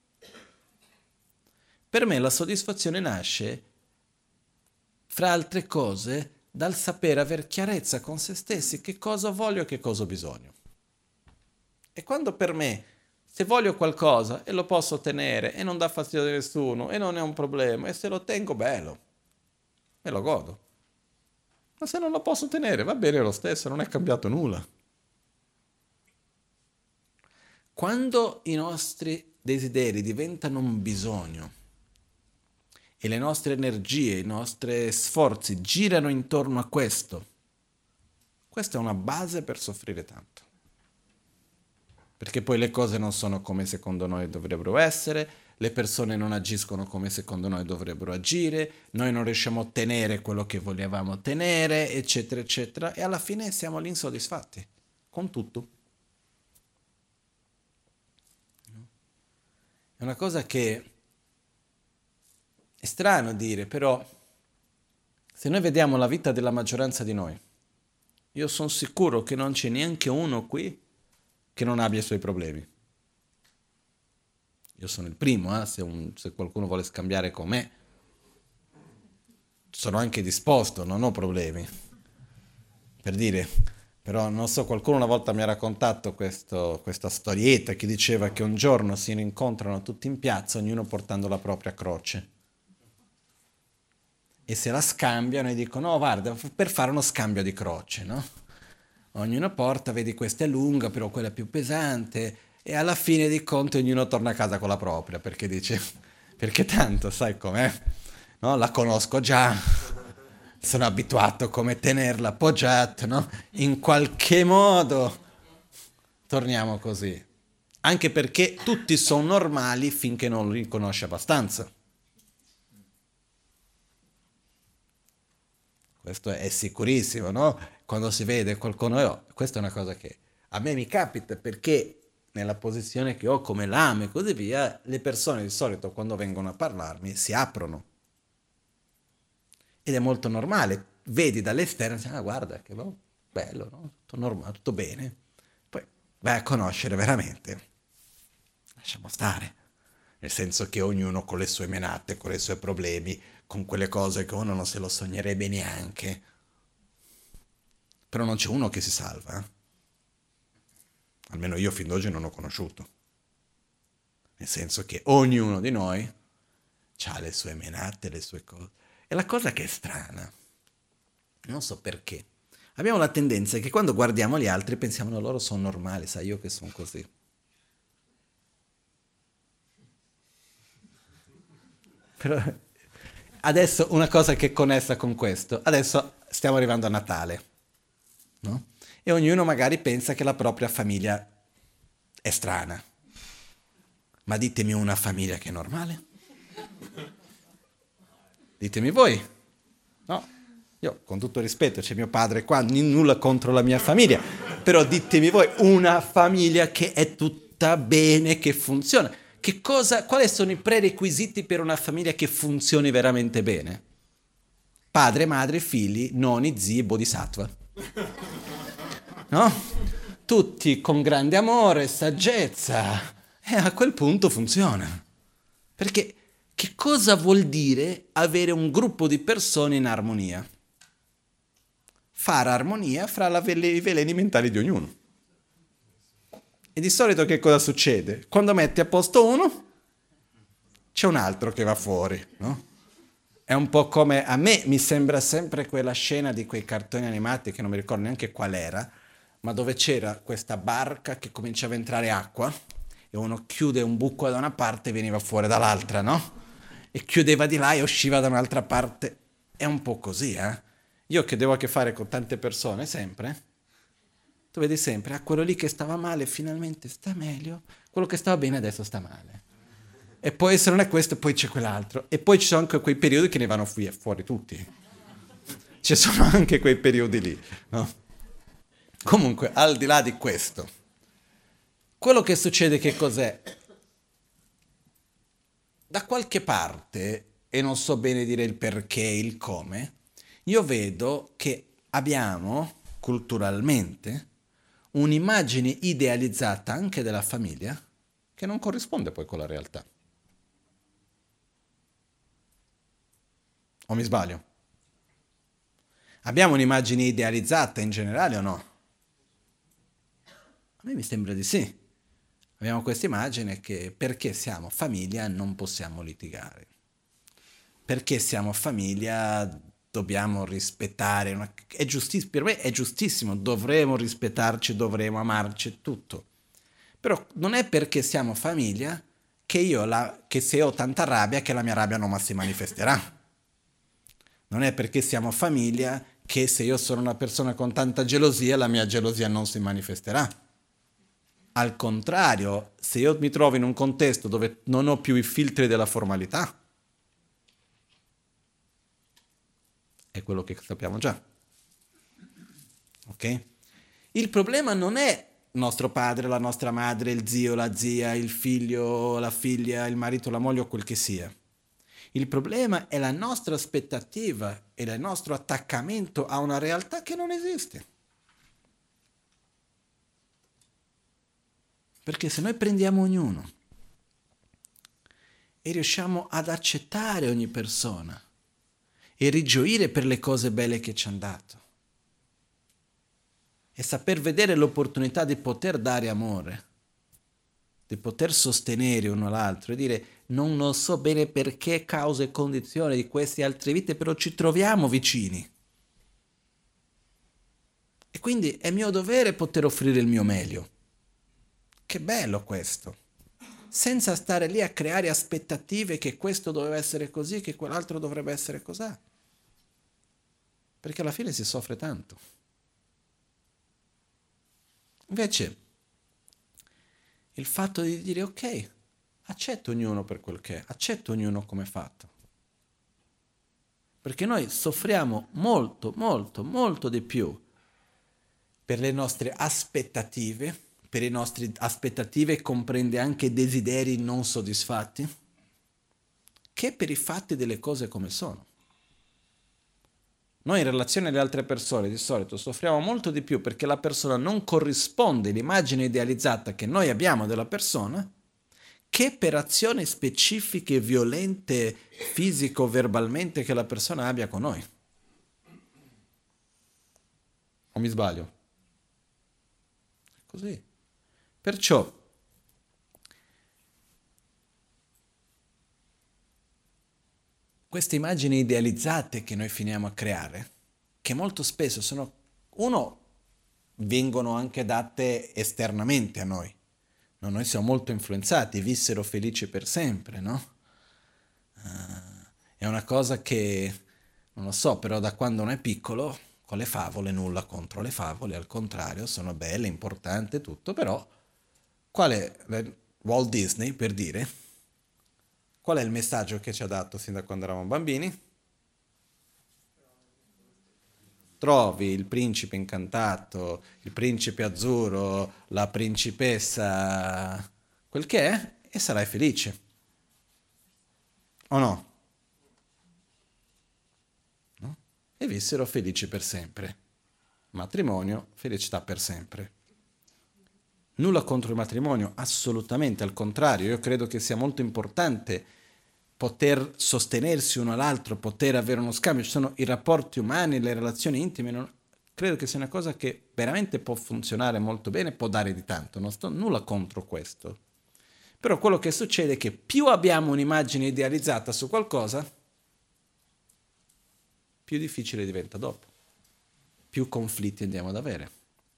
Per me la soddisfazione nasce, fra altre cose, dal sapere aver chiarezza con se stessi che cosa voglio e che cosa ho bisogno. E quando per me, se voglio qualcosa e lo posso ottenere e non dà fastidio a nessuno e non è un problema e se lo tengo, bello, me lo godo. Ma se non lo posso ottenere, va bene lo stesso, non è cambiato nulla. Quando i nostri desideri diventano un bisogno e le nostre energie, i nostri sforzi girano intorno a questo, questa è una base per soffrire tanto. Perché poi le cose non sono come secondo noi dovrebbero essere, le persone non agiscono come secondo noi dovrebbero agire, noi non riusciamo a ottenere quello che volevamo ottenere, eccetera, eccetera, e alla fine siamo lì insoddisfatti con tutto. È una cosa che è strano dire, però se noi vediamo la vita della maggioranza di noi, io sono sicuro che non c'è neanche uno qui che non abbia i suoi problemi. Io sono il primo, eh? se, un, se qualcuno vuole scambiare con me, sono anche disposto, non ho problemi. Per dire, però non so, qualcuno una volta mi ha raccontato questo, questa storietta che diceva che un giorno si incontrano tutti in piazza, ognuno portando la propria croce. E se la scambiano e dicono, no, guarda, per fare uno scambio di croce, no? Ognuno porta, vedi questa è lunga, però quella è più pesante, e alla fine di conto ognuno torna a casa con la propria, perché dice, perché tanto, sai com'è? No? La conosco già, sono abituato come tenerla appoggiata, no? In qualche modo torniamo così. Anche perché tutti sono normali finché non li conosci abbastanza. Questo è sicurissimo, no? Quando si vede qualcuno, io, questa è una cosa che a me mi capita perché nella posizione che ho come lame e così via, le persone di solito quando vengono a parlarmi si aprono. Ed è molto normale, vedi dall'esterno, ah guarda che bello, no? Tutto normale, tutto bene. Poi vai a conoscere veramente, lasciamo stare. Nel senso che ognuno con le sue menate, con i suoi problemi, con quelle cose che uno non se lo sognerebbe neanche. Però non c'è uno che si salva. Eh? Almeno io fin d'oggi non ho conosciuto. Nel senso che ognuno di noi ha le sue menate, le sue cose. E la cosa che è strana, non so perché, abbiamo la tendenza che quando guardiamo gli altri pensiamo no, loro sono normali, sai io che sono così. Però adesso una cosa che è connessa con questo, adesso stiamo arrivando a Natale, no? E ognuno magari pensa che la propria famiglia è strana. Ma ditemi una famiglia che è normale? Ditemi voi. No, io con tutto rispetto, c'è mio padre qua, nulla contro la mia famiglia, però ditemi voi una famiglia che è tutta bene, che funziona. Che cosa, quali sono i prerequisiti per una famiglia che funzioni veramente bene? Padre, madre, figli, nonni, zii, bodhisattva. No? Tutti con grande amore, saggezza. E a quel punto funziona. Perché che cosa vuol dire avere un gruppo di persone in armonia? Fare armonia fra la vele- i veleni mentali di ognuno. E di solito che cosa succede? Quando metti a posto uno, c'è un altro che va fuori, no? È un po' come, a me mi sembra sempre quella scena di quei cartoni animati, che non mi ricordo neanche qual era, ma dove c'era questa barca che cominciava a entrare acqua, e uno chiude un buco da una parte e veniva fuori dall'altra, no? E chiudeva di là e usciva da un'altra parte. È un po' così, eh? Io che devo a che fare con tante persone, sempre... Tu vedi sempre, ah, quello lì che stava male finalmente sta meglio, quello che stava bene adesso sta male. E poi se non è questo, poi c'è quell'altro. E poi ci sono anche quei periodi che ne vanno fu- fuori tutti. Ci sono anche quei periodi lì, no? Comunque, al di là di questo, quello che succede che cos'è? Da qualche parte, e non so bene dire il perché e il come, io vedo che abbiamo culturalmente un'immagine idealizzata anche della famiglia che non corrisponde poi con la realtà. O mi sbaglio? Abbiamo un'immagine idealizzata in generale o no? A me mi sembra di sì. Abbiamo questa immagine che perché siamo famiglia non possiamo litigare. Perché siamo famiglia dobbiamo rispettare. Una... È giustiss- per me è giustissimo, dovremo rispettarci, dovremo amarci, tutto. Però non è perché siamo famiglia che io la... che se ho tanta rabbia che la mia rabbia non si manifesterà. Non è perché siamo famiglia che se io sono una persona con tanta gelosia la mia gelosia non si manifesterà. Al contrario, se io mi trovo in un contesto dove non ho più i filtri della formalità, è quello che sappiamo già. Ok? Il problema non è nostro padre, la nostra madre, il zio, la zia, il figlio, la figlia, il marito, la moglie o quel che sia. Il problema è la nostra aspettativa e il nostro attaccamento a una realtà che non esiste. Perché se noi prendiamo ognuno e riusciamo ad accettare ogni persona e rigioire per le cose belle che ci hanno dato e saper vedere l'opportunità di poter dare amore, di poter sostenere uno l'altro e dire non lo so bene perché, cause e condizioni di queste altre vite, però ci troviamo vicini. E quindi è mio dovere poter offrire il mio meglio. Che bello questo! Senza stare lì a creare aspettative che questo doveva essere così, che quell'altro dovrebbe essere così. Perché alla fine si soffre tanto. Invece, il fatto di dire ok, accetto ognuno per quel che è, accetto ognuno come è fatto. Perché noi soffriamo molto, molto, molto di più per le nostre aspettative, per le nostre aspettative comprende anche desideri non soddisfatti, che per i fatti delle cose come sono. Noi in relazione alle altre persone di solito soffriamo molto di più perché la persona non corrisponde all'immagine idealizzata che noi abbiamo della persona, che per azioni specifiche, violente, fisico-verbalmente che la persona abbia con noi. O mi sbaglio? È così. Perciò queste immagini idealizzate che noi finiamo a creare, che molto spesso sono, uno, vengono anche date esternamente a noi. No, noi siamo molto influenzati, vissero felici per sempre, no? Uh, è una cosa che, non lo so, però da quando uno è piccolo, con le favole, nulla contro le favole, al contrario, sono belle, importanti, tutto, però qual è Walt Disney, per dire, qual è il messaggio che ci ha dato sin da quando eravamo bambini? Trovi il principe incantato, il principe azzurro, la principessa, quel che è, e sarai felice. O no? No? E vissero felici per sempre. Matrimonio, felicità per sempre. Nulla contro il matrimonio, assolutamente, al contrario, io credo che sia molto importante poter sostenersi uno all'altro, poter avere uno scambio, ci sono i rapporti umani, le relazioni intime, non... credo che sia una cosa che veramente può funzionare molto bene, può dare di tanto, non sto nulla contro questo. Però quello che succede è che più abbiamo un'immagine idealizzata su qualcosa, più difficile diventa dopo, più conflitti andiamo ad avere.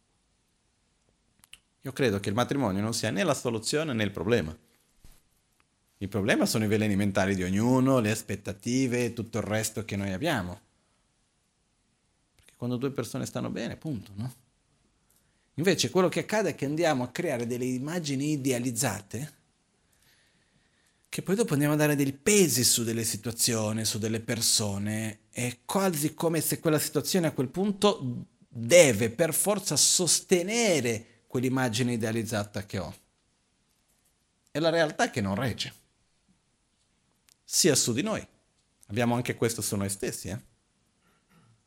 Io credo che il matrimonio non sia né la soluzione né il problema. Il problema sono i veleni mentali di ognuno, le aspettative e tutto il resto che noi abbiamo. Perché quando due persone stanno bene, punto, no? Invece quello che accade è che andiamo a creare delle immagini idealizzate che poi dopo andiamo a dare dei pesi su delle situazioni, su delle persone, è quasi come se quella situazione a quel punto deve per forza sostenere quell'immagine idealizzata che ho. E la realtà è che non regge. Sia su di noi. Abbiamo anche questo su noi stessi, eh?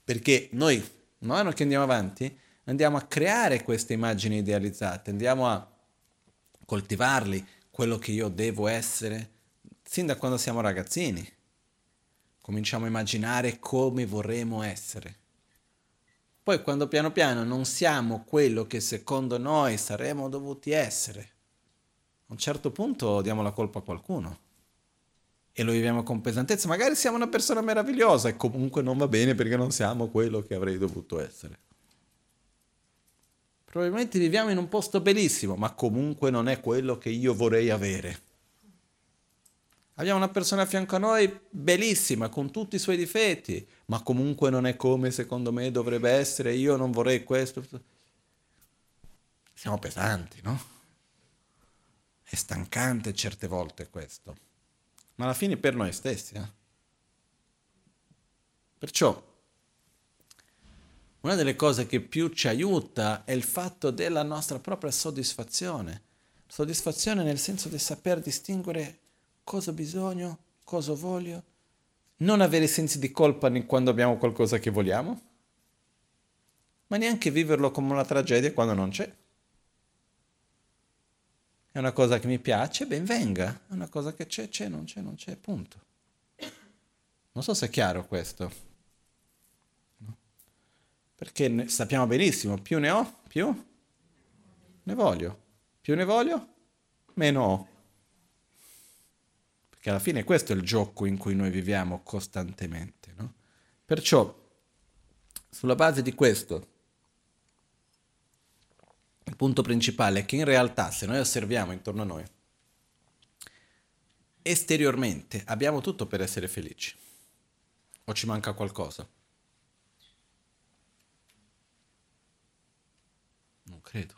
Perché noi, man mano che andiamo avanti, andiamo a creare queste immagini idealizzate, andiamo a coltivarli, quello che io devo essere, sin da quando siamo ragazzini. Cominciamo a immaginare come vorremmo essere. Poi quando piano piano non siamo quello che secondo noi saremmo dovuti essere, a un certo punto diamo la colpa a qualcuno e lo viviamo con pesantezza. Magari siamo una persona meravigliosa e comunque non va bene perché non siamo quello che avrei dovuto essere. Probabilmente viviamo in un posto bellissimo, ma comunque non è quello che io vorrei avere. Abbiamo una persona a fianco a noi bellissima, con tutti i suoi difetti, ma comunque non è come secondo me dovrebbe essere, io non vorrei questo. Siamo pesanti, no? È stancante certe volte questo, ma alla fine per noi stessi. Eh? Perciò, una delle cose che più ci aiuta è il fatto della nostra propria soddisfazione. Soddisfazione nel senso di saper distinguere cosa ho bisogno, cosa voglio, non avere sensi di colpa quando abbiamo qualcosa che vogliamo, ma neanche viverlo come una tragedia quando non c'è. È una cosa che mi piace, ben venga, è una cosa che c'è, c'è, non c'è, non c'è, punto. Non so se è chiaro questo. No? Perché sappiamo benissimo, più ne ho, più ne voglio. Più ne voglio, meno ho. Perché alla fine questo è il gioco in cui noi viviamo costantemente, no? Perciò, sulla base di questo, il punto principale è che in realtà, se noi osserviamo intorno a noi, esteriormente abbiamo tutto per essere felici. O ci manca qualcosa? Non credo.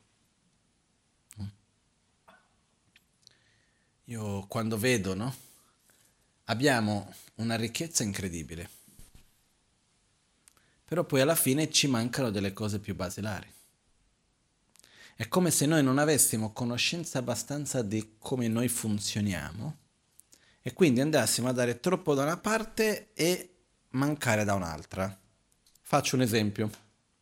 Io quando vedo, no? Abbiamo una ricchezza incredibile, però poi alla fine ci mancano delle cose più basilari. È come se noi non avessimo conoscenza abbastanza di come noi funzioniamo e quindi andassimo a dare troppo da una parte e mancare da un'altra. Faccio un esempio.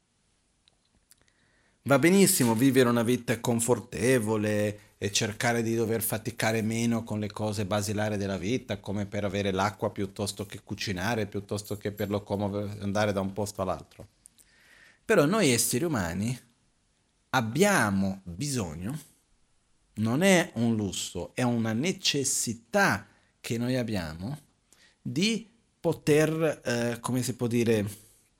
Va benissimo vivere una vita confortevole e cercare di dover faticare meno con le cose basilari della vita, come per avere l'acqua piuttosto che cucinare, piuttosto che per lo comodo andare da un posto all'altro. Però noi esseri umani abbiamo bisogno, non è un lusso, è una necessità che noi abbiamo di poter, eh, come si può dire,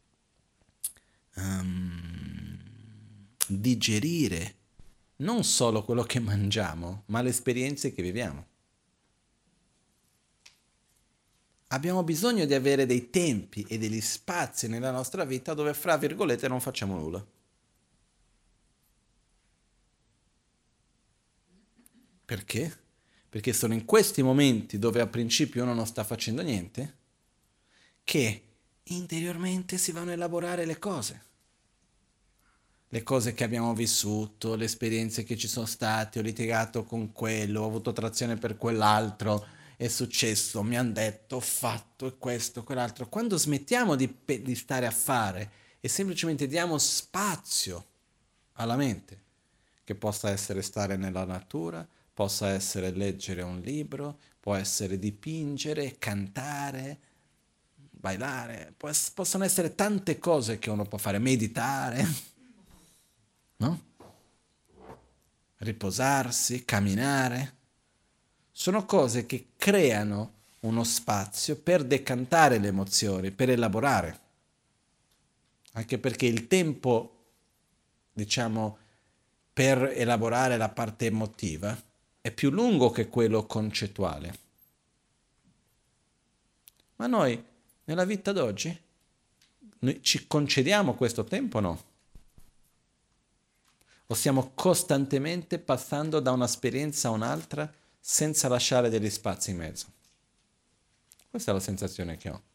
um, digerire non solo quello che mangiamo, ma le esperienze che viviamo. Abbiamo bisogno di avere dei tempi e degli spazi nella nostra vita dove, fra virgolette, non facciamo nulla. Perché? Perché sono in questi momenti dove a principio uno non sta facendo niente che interiormente si vanno a elaborare le cose. Le cose che abbiamo vissuto, le esperienze che ci sono state, ho litigato con quello, ho avuto attrazione per quell'altro, è successo, mi hanno detto, ho fatto e questo, quell'altro. Quando smettiamo di, pe- di stare a fare e semplicemente diamo spazio alla mente, che possa essere stare nella natura, possa essere leggere un libro, può essere dipingere, cantare, bailare, può ess- possono essere tante cose che uno può fare, meditare. No? Riposarsi, camminare, sono cose che creano uno spazio per decantare le emozioni, per elaborare. Anche perché il tempo, diciamo, per elaborare la parte emotiva è più lungo che quello concettuale. Ma noi, nella vita d'oggi, noi ci concediamo questo tempo o no? O stiamo costantemente passando da un'esperienza a un'altra senza lasciare degli spazi in mezzo? Questa è la sensazione che ho.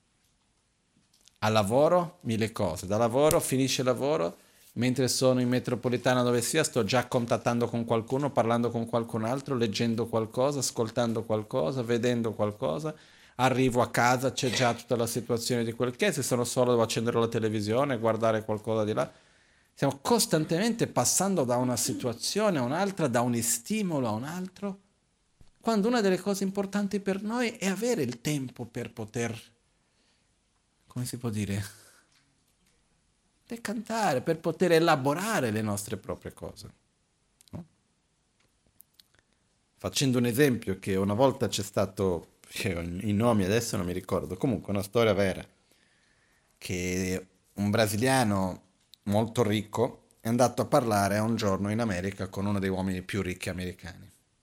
Al lavoro, mille cose. Da lavoro, finisce il lavoro, mentre sono in metropolitana dove sia, sto già contattando con qualcuno, parlando con qualcun altro, leggendo qualcosa, ascoltando qualcosa, vedendo qualcosa. arrivo a casa, c'è già tutta la situazione di quel che, se sono solo devo accendere la televisione, guardare qualcosa di là. Stiamo costantemente passando da una situazione a un'altra, da un stimolo a un altro, quando una delle cose importanti per noi è avere il tempo per poter, come si può dire, decantare, per poter elaborare le nostre proprie cose. No? Facendo un esempio che una volta c'è stato, i nomi adesso non mi ricordo, comunque una storia vera, che un brasiliano molto ricco è andato a parlare a un giorno in America con uno dei uomini più ricchi americani.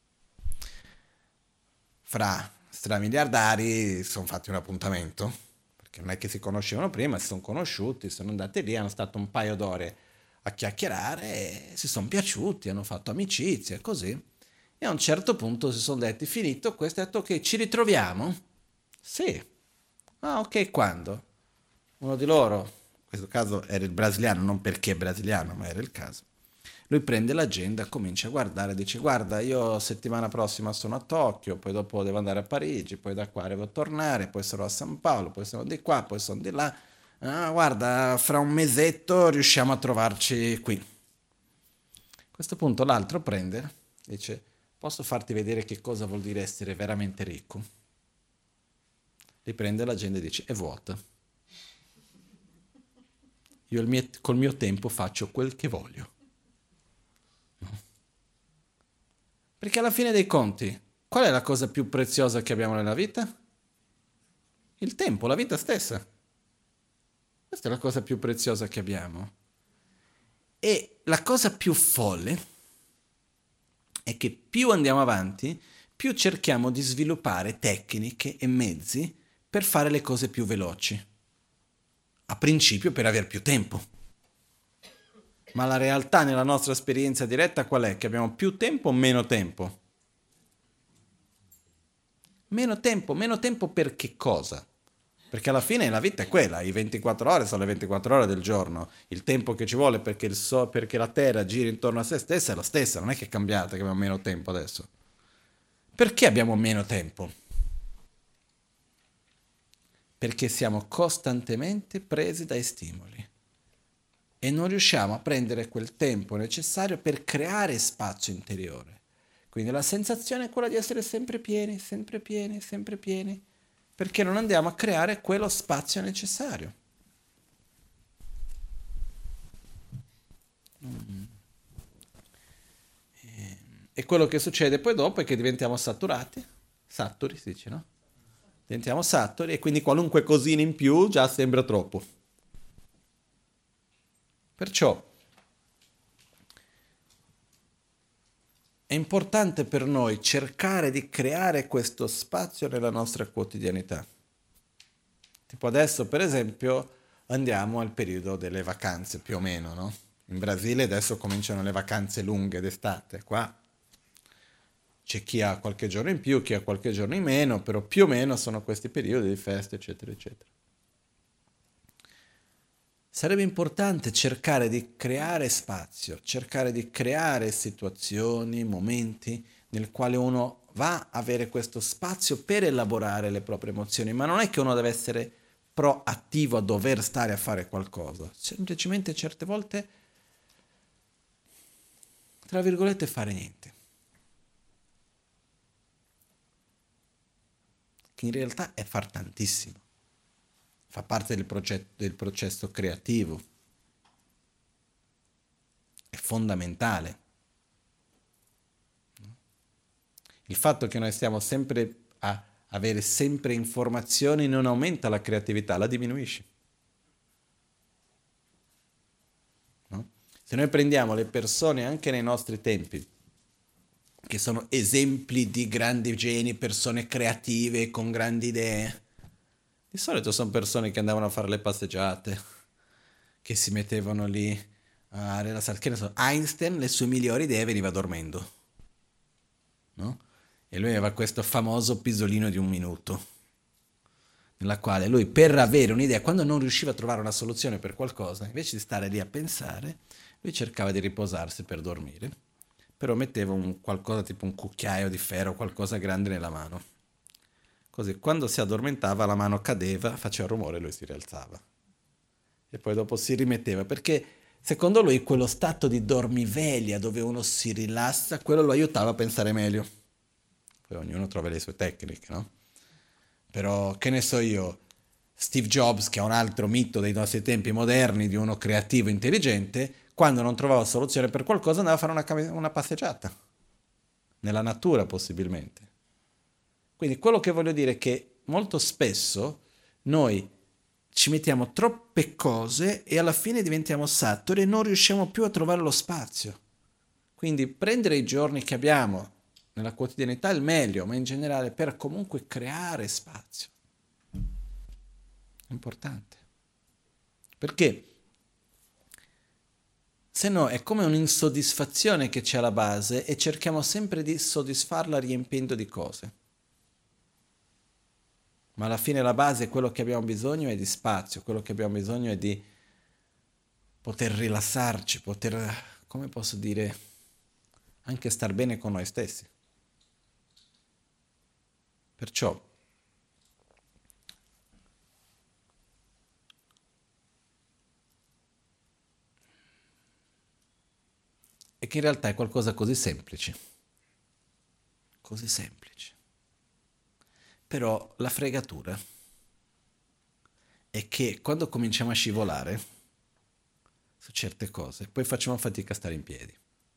Fra stramiliardari sono fatti un appuntamento, perché non è che si conoscevano prima, si sono conosciuti, sono andati lì, hanno stato un paio d'ore a chiacchierare, e si sono piaciuti, hanno fatto amicizia e così. E a un certo punto si sono detti, finito questo, ha detto ok, ci ritroviamo? Sì. Ah ok, quando? Uno di loro, in questo caso era il brasiliano, non perché è brasiliano, ma era il caso. Lui prende l'agenda, comincia a guardare, dice guarda io settimana prossima sono a Tokyo, poi dopo devo andare a Parigi, poi da qua devo tornare, poi sarò a San Paolo, poi sono di qua, poi sono di là. Ah, guarda, fra un mesetto riusciamo a trovarci qui. A questo punto l'altro prende, dice posso farti vedere che cosa vuol dire essere veramente ricco? Riprende l'agenda e dice è vuota. Io il mio, col mio tempo faccio quel che voglio. Perché alla fine dei conti, qual è la cosa più preziosa che abbiamo nella vita? Il tempo, la vita stessa. Questa è la cosa più preziosa che abbiamo. E la cosa più folle è che più andiamo avanti, più cerchiamo di sviluppare tecniche e mezzi per fare le cose più veloci. A principio per avere più tempo. Ma la realtà nella nostra esperienza diretta qual è? Che abbiamo più tempo o meno tempo? Meno tempo, meno tempo per che cosa? Perché alla fine la vita è quella, i ventiquattro ore sono le ventiquattro ore del giorno, il tempo che ci vuole perché, il so, perché la Terra gira intorno a se stessa è la stessa, non è che è cambiata, che abbiamo meno tempo adesso. Perché abbiamo meno tempo? Perché siamo costantemente presi dai stimoli e non riusciamo a prendere quel tempo necessario per creare spazio interiore. Quindi la sensazione è quella di essere sempre pieni, sempre pieni, sempre pieni, perché non andiamo a creare quello spazio necessario. Mm. E, e quello che succede poi dopo è che diventiamo saturati, saturi si dice, no? Diventiamo saturi e quindi qualunque cosina in più già sembra troppo. Perciò è importante per noi cercare di creare questo spazio nella nostra quotidianità. Tipo adesso, per esempio, andiamo al periodo delle vacanze, più o meno, no? In Brasile adesso cominciano le vacanze lunghe d'estate, qua c'è chi ha qualche giorno in più, chi ha qualche giorno in meno, però più o meno sono questi periodi di feste, eccetera, eccetera. Sarebbe importante cercare di creare spazio, cercare di creare situazioni, momenti nel quale uno va a avere questo spazio per elaborare le proprie emozioni, ma non è che uno deve essere proattivo a dover stare a fare qualcosa, semplicemente certe volte, tra virgolette, fare niente. Che in realtà è far tantissimo. Fa parte del, progetto, del processo creativo, è fondamentale. Il fatto che noi stiamo sempre a avere sempre informazioni non aumenta la creatività, la diminuisce. No? Se noi prendiamo le persone anche nei nostri tempi, che sono esempi di grandi geni, persone creative con grandi idee, di solito sono persone che andavano a fare le passeggiate, che si mettevano lì a rilassare. Che ne so, Einstein, le sue migliori idee veniva dormendo, no? E lui aveva questo famoso pisolino di un minuto, nella quale lui per avere un'idea, quando non riusciva a trovare una soluzione per qualcosa, invece di stare lì a pensare, lui cercava di riposarsi per dormire, però metteva un qualcosa tipo un cucchiaio di ferro, qualcosa grande nella mano. Così, quando si addormentava la mano cadeva, faceva rumore e lui si rialzava. E poi dopo si rimetteva, perché secondo lui quello stato di dormiveglia dove uno si rilassa, quello lo aiutava a pensare meglio. Poi ognuno trova le sue tecniche, no? Però, che ne so io, Steve Jobs, che è un altro mito dei nostri tempi moderni, di uno creativo intelligente, quando non trovava soluzione per qualcosa andava a fare una, cam- una passeggiata, nella natura possibilmente. Quindi quello che voglio dire è che molto spesso noi ci mettiamo troppe cose e alla fine diventiamo saturi e non riusciamo più a trovare lo spazio. Quindi prendere i giorni che abbiamo nella quotidianità è il meglio, ma in generale per comunque creare spazio. È importante. Perché se no è come un'insoddisfazione che c'è alla base e cerchiamo sempre di soddisfarla riempiendo di cose. Ma alla fine la base, quello che abbiamo bisogno è di spazio, quello che abbiamo bisogno è di poter rilassarci, poter, come posso dire, anche star bene con noi stessi. Perciò è che in realtà è qualcosa così semplice, così semplice. Però la fregatura è che quando cominciamo a scivolare su certe cose, poi facciamo fatica a stare in piedi.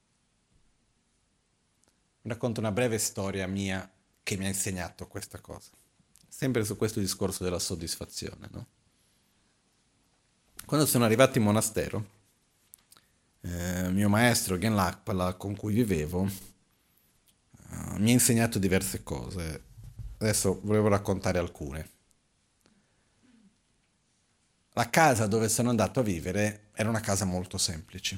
Vi racconto una breve storia mia che mi ha insegnato questa cosa. Sempre su questo discorso della soddisfazione, no? Quando sono arrivato in monastero, eh, mio maestro Gen Lakpala, con cui vivevo, eh, mi ha insegnato diverse cose. Adesso volevo raccontare alcune. La casa dove sono andato a vivere era una casa molto semplice.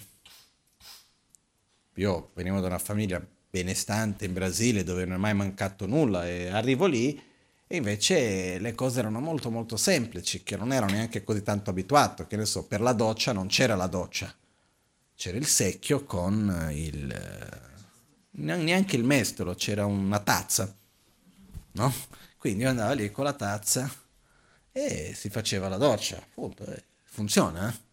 Io venivo da una famiglia benestante in Brasile dove non è mai mancato nulla e arrivo lì e invece le cose erano molto molto semplici, che non ero neanche così tanto abituato, che ne so, per la doccia non c'era la doccia, c'era il secchio con il... neanche il mestolo, c'era una tazza, no? Quindi io andavo lì con la tazza e si faceva la doccia, appunto, eh, funziona, eh?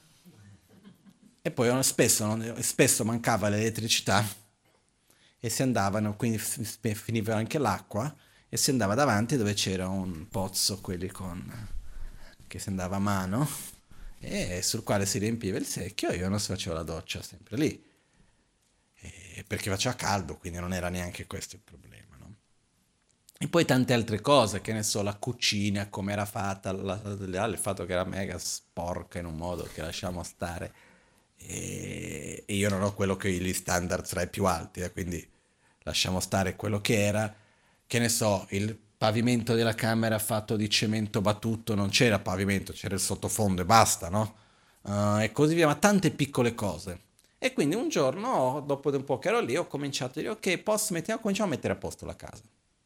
E poi spesso, non- spesso mancava l'elettricità e si andavano, quindi f- finiva anche l'acqua e si andava davanti dove c'era un pozzo, quelli con che si andava a mano e sul quale si riempiva il secchio e io non si faceva la doccia sempre lì. E perché faceva caldo, quindi non era neanche questo il problema, no? E poi tante altre cose, che ne so, la cucina, come era fatta, la- la- il fatto che era mega sporca in un modo che lasciamo stare. E, e io non ho quello che gli standard tra i più alti, eh, quindi lasciamo stare quello che era. Che ne so, il pavimento della camera fatto di cemento battuto, non c'era pavimento, c'era il sottofondo e basta, no? Uh, e così via, ma tante piccole cose. E quindi un giorno, dopo un po' che ero lì, ho cominciato a dire, ok, posso, mettiamo, cominciamo a mettere a posto la casa.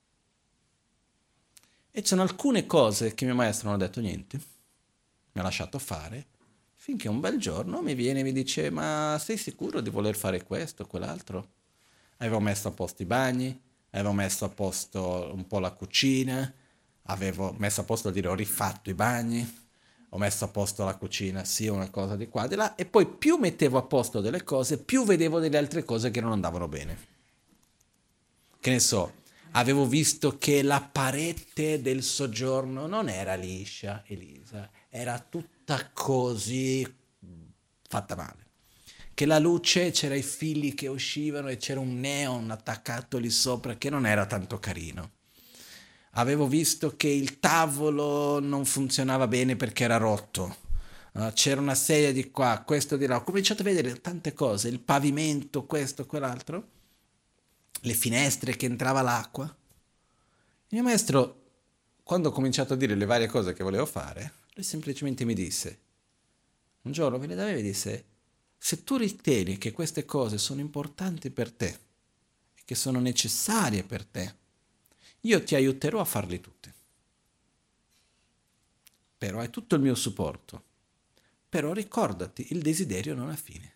E ci sono alcune cose che mio maestro non ha detto niente, mi ha lasciato fare, finché un bel giorno mi viene e mi dice, ma sei sicuro di voler fare questo o quell'altro? Avevo messo a posto i bagni, avevo messo a posto un po' la cucina, avevo messo a posto a dire ho rifatto i bagni, ho messo a posto la cucina, sì, una cosa di qua, di là, e poi più mettevo a posto delle cose, più vedevo delle altre cose che non andavano bene. Che ne so, avevo visto che la parete del soggiorno non era liscia, Elisa, era tutta così fatta male. Che la luce c'era i fili che uscivano e c'era un neon attaccato lì sopra che non era tanto carino. Avevo visto che il tavolo non funzionava bene perché era rotto. Uh, c'era una sedia di qua, questo di là. Ho cominciato a vedere tante cose, il pavimento, questo, quell'altro, le finestre che entrava l'acqua. Il mio maestro, quando ho cominciato a dire le varie cose che volevo fare, lui semplicemente mi disse, un giorno venne da me e mi disse, se tu ritieni che queste cose sono importanti per te e che sono necessarie per te, io ti aiuterò a farle tutte. Però hai tutto il mio supporto. Però ricordati, il desiderio non ha fine.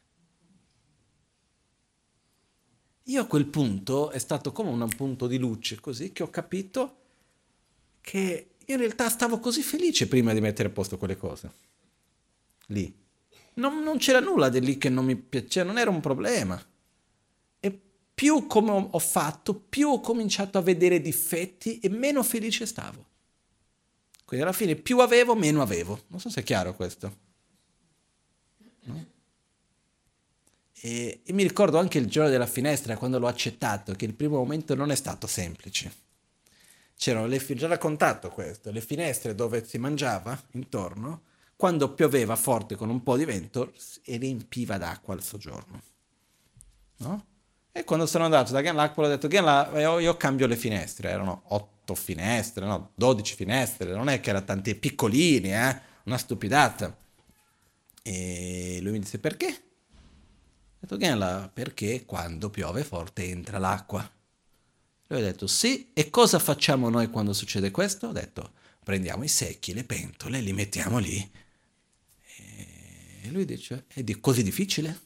Io a quel punto è stato come un punto di luce, così che ho capito che io in realtà stavo così felice prima di mettere a posto quelle cose. Lì. Non, non c'era nulla di lì che non mi piaceva, non era un problema. E più come ho ho fatto, più ho cominciato a vedere difetti e meno felice stavo. Quindi alla fine più avevo, meno avevo. Non so se è chiaro questo. No? E, e mi ricordo anche il giorno della finestra, quando l'ho accettato, che il primo momento non è stato semplice. C'erano le, fi- già raccontato questo, le finestre dove si mangiava intorno, quando pioveva forte con un po' di vento, e riempiva d'acqua al soggiorno. No? E quando sono andato da Genlacqua ho detto, Genla, io, io cambio le finestre, erano otto finestre, no, dodici finestre, non è che erano tanti piccolini, eh, una stupidata. E lui mi disse, perché? Ho detto, Genla, perché quando piove forte entra l'acqua. Lui ha detto, sì, e cosa facciamo noi quando succede questo? Ho detto, prendiamo i secchi, le pentole, li mettiamo lì. E lui dice, è di- così difficile?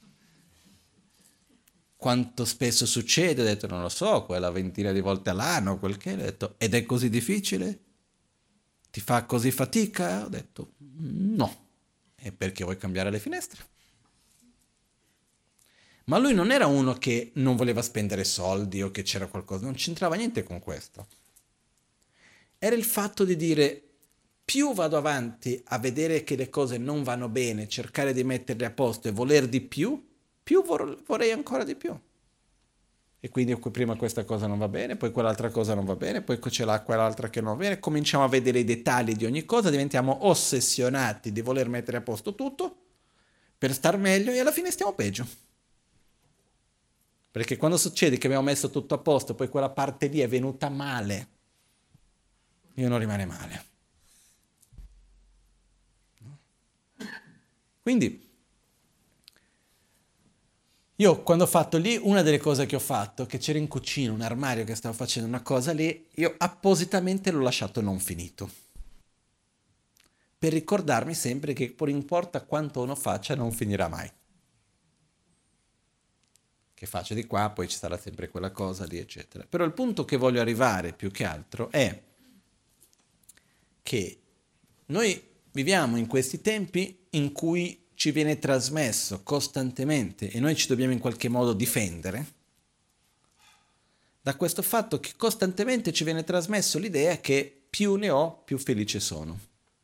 Quanto spesso succede? Ho detto, non lo so, quella ventina di volte all'anno, quel che. Ho detto, ed è così difficile? Ti fa così fatica? Ho detto, no. E perché vuoi cambiare le finestre? Ma lui non era uno che non voleva spendere soldi o che c'era qualcosa, non c'entrava niente con questo. Era il fatto di dire, più vado avanti a vedere che le cose non vanno bene, cercare di metterle a posto e voler di più, più vor- vorrei ancora di più. E quindi prima questa cosa non va bene, poi quell'altra cosa non va bene, poi c'è là quell'altra che non va bene, cominciamo a vedere i dettagli di ogni cosa, diventiamo ossessionati di voler mettere a posto tutto per star meglio e alla fine stiamo peggio. Perché quando succede che abbiamo messo tutto a posto, poi quella parte lì è venuta male, io non rimane male. Quindi io quando ho fatto lì, una delle cose che ho fatto, che c'era in cucina un armadio che stavo facendo una cosa lì, io appositamente l'ho lasciato non finito. Per ricordarmi sempre che non importa quanto uno faccia, non finirà mai. Che faccio di qua, poi ci sarà sempre quella cosa lì, eccetera. Però il punto che voglio arrivare più che altro è che noi viviamo in questi tempi in cui ci viene trasmesso costantemente e noi ci dobbiamo in qualche modo difendere da questo fatto che costantemente ci viene trasmesso l'idea che più ne ho, più felice sono.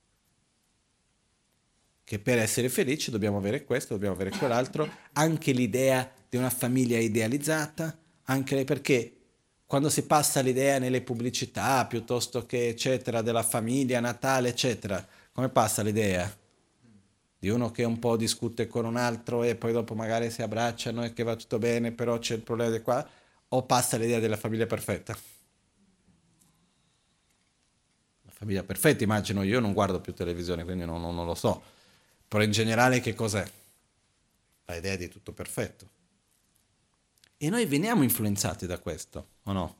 Che per essere felici dobbiamo avere questo, dobbiamo avere quell'altro, anche l'idea di una famiglia idealizzata, anche perché quando si passa l'idea nelle pubblicità piuttosto che eccetera della famiglia, Natale, eccetera, come passa l'idea? Di uno che un po' discute con un altro e poi dopo magari si abbracciano e che va tutto bene, però c'è il problema di qua, o passa l'idea della famiglia perfetta? La famiglia perfetta, immagino, io non guardo più televisione, quindi non, non- non lo so. Però in generale che cos'è? L'idea di tutto perfetto. E noi veniamo influenzati da questo, o no?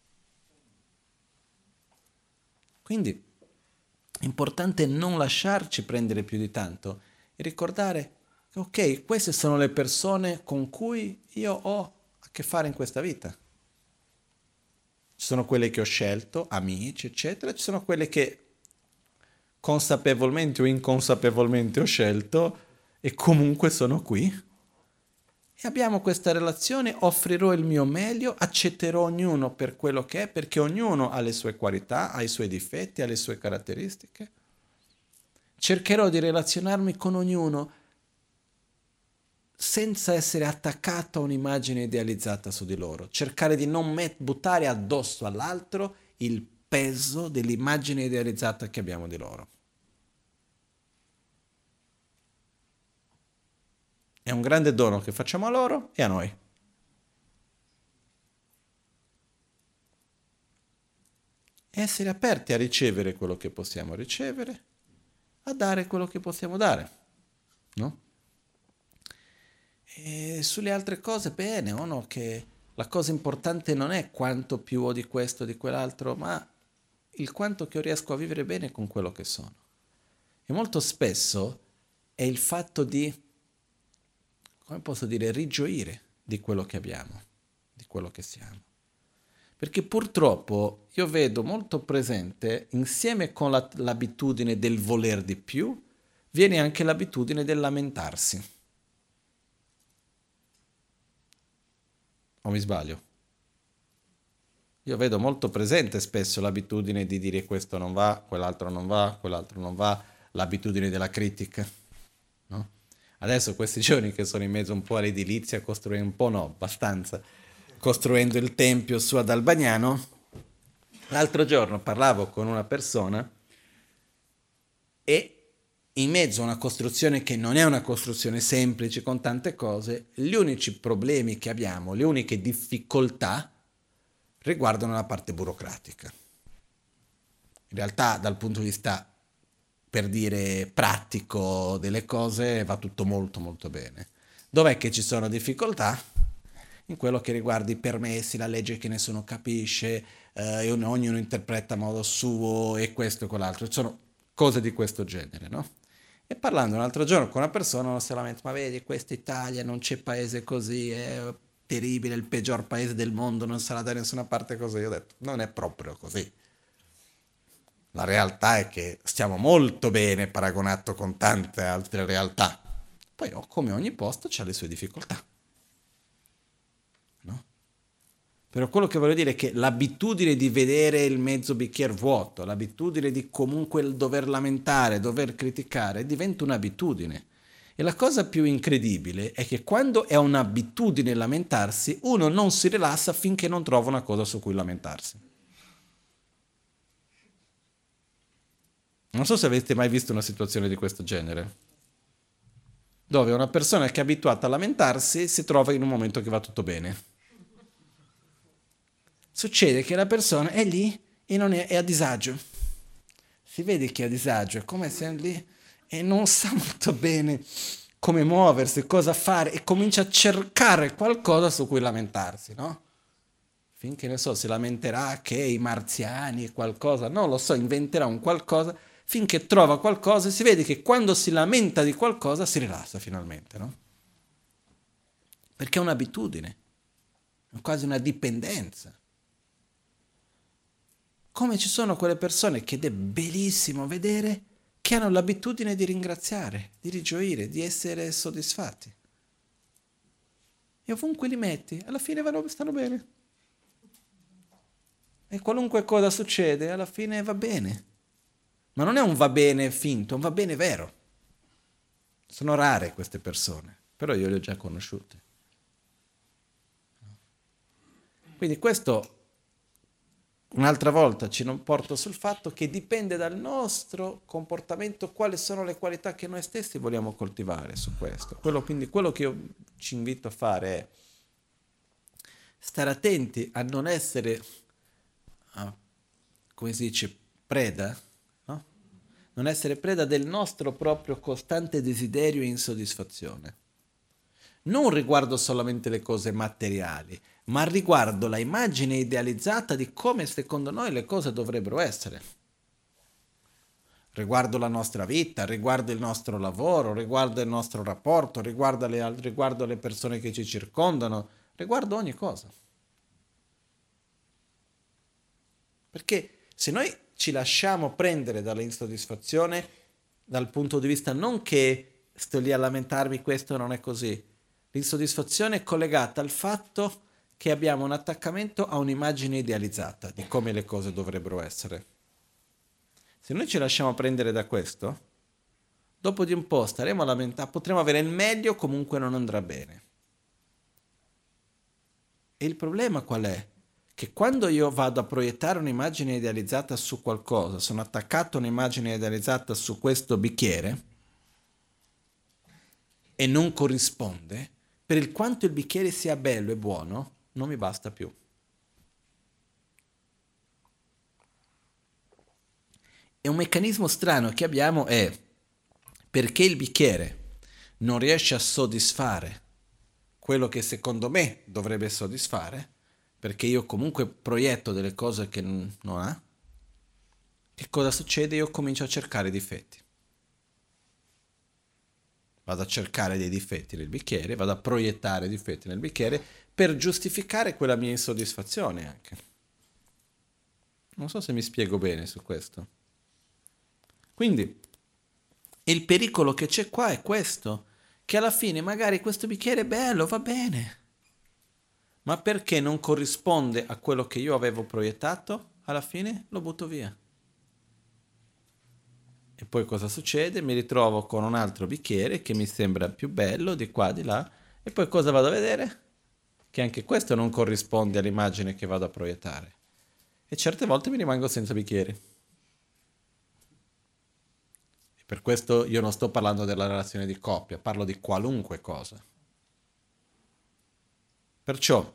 Quindi è importante non lasciarci prendere più di tanto e ricordare che, ok, queste sono le persone con cui io ho a che fare in questa vita. Ci sono quelle che ho scelto, amici, eccetera, ci sono quelle che consapevolmente o inconsapevolmente ho scelto e comunque sono qui. E abbiamo questa relazione, offrirò il mio meglio, accetterò ognuno per quello che è, perché ognuno ha le sue qualità, ha i suoi difetti, ha le sue caratteristiche. Cercherò di relazionarmi con ognuno senza essere attaccato a un'immagine idealizzata su di loro. Cercare di non met- buttare addosso all'altro il peso dell'immagine idealizzata che abbiamo di loro. È un grande dono che facciamo a loro e a noi. Essere aperti a ricevere quello che possiamo ricevere, a dare quello che possiamo dare, no? E sulle altre cose, bene, o no, che la cosa importante non è quanto più ho di questo o di quell'altro, ma il quanto che io riesco a vivere bene con quello che sono. E molto spesso è il fatto di, come posso dire, rigioire di quello che abbiamo, di quello che siamo. Perché purtroppo io vedo molto presente, insieme con la- l'abitudine del voler di più, viene anche l'abitudine del lamentarsi. O mi sbaglio? Io vedo molto presente spesso l'abitudine di dire questo non va, quell'altro non va, quell'altro non va, l'abitudine della critica, no? Adesso questi giorni che sono in mezzo un po' all'edilizia, costruendo un po' no, abbastanza, costruendo il tempio su ad Albagnano, l'altro giorno parlavo con una persona e in mezzo a una costruzione che non è una costruzione semplice con tante cose, gli unici problemi che abbiamo, le uniche difficoltà riguardano la parte burocratica. In realtà dal punto di vista, per dire, pratico delle cose va tutto molto molto bene. Dov'è che ci sono difficoltà? In quello che riguarda i permessi, la legge che nessuno capisce, eh, e ognuno interpreta a modo suo e questo e quell'altro. Sono cose di questo genere, no? E parlando un altro giorno con una persona, uno si lamenta, ma vedi, questa Italia non c'è paese così, è terribile, il peggior paese del mondo, non sarà da nessuna parte così. Io ho detto, non è proprio così. La realtà è che stiamo molto bene paragonato con tante altre realtà. Poi, oh, come ogni posto, c'ha le sue difficoltà, no? Però quello che voglio dire è che l'abitudine di vedere il mezzo bicchiere vuoto, l'abitudine di comunque il dover lamentare, dover criticare, diventa un'abitudine. E la cosa più incredibile è che quando è un'abitudine lamentarsi, uno non si rilassa finché non trova una cosa su cui lamentarsi. Non so se avete mai visto una situazione di questo genere, dove una persona che è abituata a lamentarsi si trova in un momento che va tutto bene. Succede che la persona è lì e non è, è a disagio. Si vede che è a disagio, è come se è lì e non sa molto bene come muoversi, cosa fare e comincia a cercare qualcosa su cui lamentarsi, no? Finché ne so, si lamenterà che i marziani, qualcosa, non lo so, inventerà un qualcosa, finché trova qualcosa e si vede che quando si lamenta di qualcosa si rilassa finalmente, no? Perché è un'abitudine, è quasi una dipendenza. Come ci sono quelle persone che ed è bellissimo vedere che hanno l'abitudine di ringraziare, di rigioire, di essere soddisfatti. E ovunque li metti, alla fine vanno, stanno bene. E qualunque cosa succede, alla fine va bene. Ma non è un va bene finto, è un va bene vero. Sono rare queste persone, però io le ho già conosciute. Quindi questo un'altra volta ci non porta sul fatto che dipende dal nostro comportamento quali sono le qualità che noi stessi vogliamo coltivare su questo. Quello, quindi quello che io ci invito a fare è stare attenti a non essere, a, come si dice, preda, no? Non essere preda del nostro proprio costante desiderio e insoddisfazione. Non riguardo solamente le cose materiali, ma riguardo la immagine idealizzata di come secondo noi le cose dovrebbero essere. Riguardo la nostra vita, riguardo il nostro lavoro, riguardo il nostro rapporto, riguardo le, riguardo le persone che ci circondano, riguardo ogni cosa. Perché se noi ci lasciamo prendere dall'insoddisfazione, dal punto di vista non che sto lì a lamentarmi, questo non è così. L'insoddisfazione è collegata al fatto che abbiamo un attaccamento a un'immagine idealizzata di come le cose dovrebbero essere. Se noi ci lasciamo prendere da questo, dopo di un po' staremo a lamentare, potremo avere il meglio, comunque non andrà bene. E il problema qual è? Che quando io vado a proiettare un'immagine idealizzata su qualcosa, sono attaccato a un'immagine idealizzata su questo bicchiere e non corrisponde, per il quanto il bicchiere sia bello e buono, non mi basta più. E un meccanismo strano che abbiamo è perché il bicchiere non riesce a soddisfare quello che secondo me dovrebbe soddisfare, perché io comunque proietto delle cose che non ha, che cosa succede? Io comincio a cercare difetti. Vado a cercare dei difetti nel bicchiere, vado a proiettare difetti nel bicchiere per giustificare quella mia insoddisfazione anche. Non so se mi spiego bene su questo. Quindi il pericolo che c'è qua è questo, che alla fine magari questo bicchiere è bello, va bene, ma perché non corrisponde a quello che io avevo proiettato, alla fine lo butto via. E poi cosa succede? Mi ritrovo con un altro bicchiere che mi sembra più bello di qua, di là, e poi cosa vado a vedere? Che anche questo non corrisponde all'immagine che vado a proiettare. E certe volte mi rimango senza bicchieri. E per questo io non sto parlando della relazione di coppia, parlo di qualunque cosa. Perciò,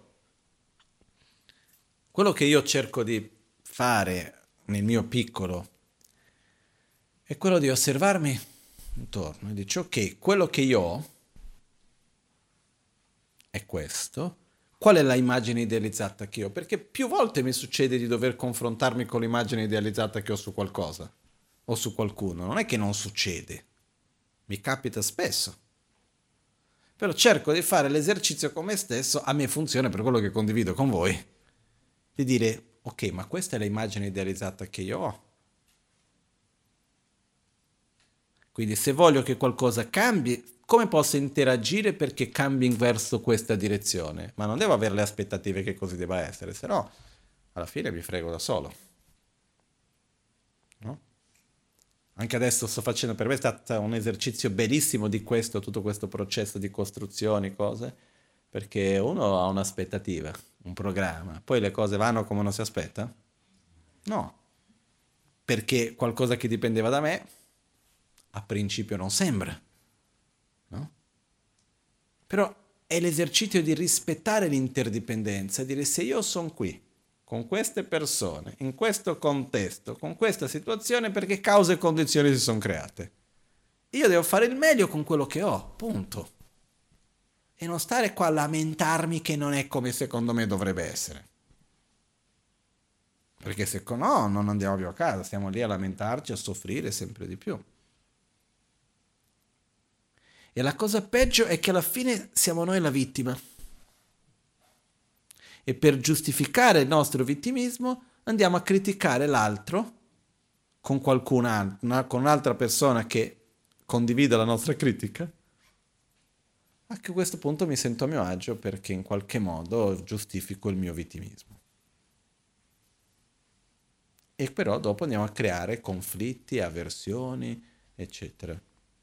quello che io cerco di fare nel mio piccolo è quello di osservarmi intorno e dice ok, quello che io ho è questo. Qual è l'immagine idealizzata che ho? Perché più volte mi succede di dover confrontarmi con l'immagine idealizzata che ho su qualcosa o su qualcuno. Non è che non succede, mi capita spesso. Però cerco di fare l'esercizio con me stesso, a me funziona per quello che condivido con voi, di dire ok, ma questa è l'immagine idealizzata che io ho. Quindi se voglio che qualcosa cambi, come posso interagire perché cambi verso questa direzione? Ma non devo avere le aspettative che così debba essere, se no alla fine mi frego da solo. No? Anche adesso sto facendo, per me è stato un esercizio bellissimo di questo, tutto questo processo di costruzioni, cose, perché uno ha un'aspettativa, un programma, poi le cose vanno come non si aspetta? No, perché qualcosa che dipendeva da me a principio non sembra, no? Però è l'esercizio di rispettare l'interdipendenza, dire se io sono qui, con queste persone, in questo contesto, con questa situazione, perché cause e condizioni si sono create. Io devo fare il meglio con quello che ho, punto. E non stare qua a lamentarmi che non è come secondo me dovrebbe essere. Perché se no non andiamo più a casa, stiamo lì a lamentarci, a soffrire sempre di più. E la cosa peggio è che alla fine siamo noi la vittima. E per giustificare il nostro vittimismo andiamo a criticare l'altro con qualcun con un'altra persona che condivide la nostra critica. Anche a questo punto mi sento a mio agio perché in qualche modo giustifico il mio vittimismo. E però dopo andiamo a creare conflitti, avversioni, eccetera.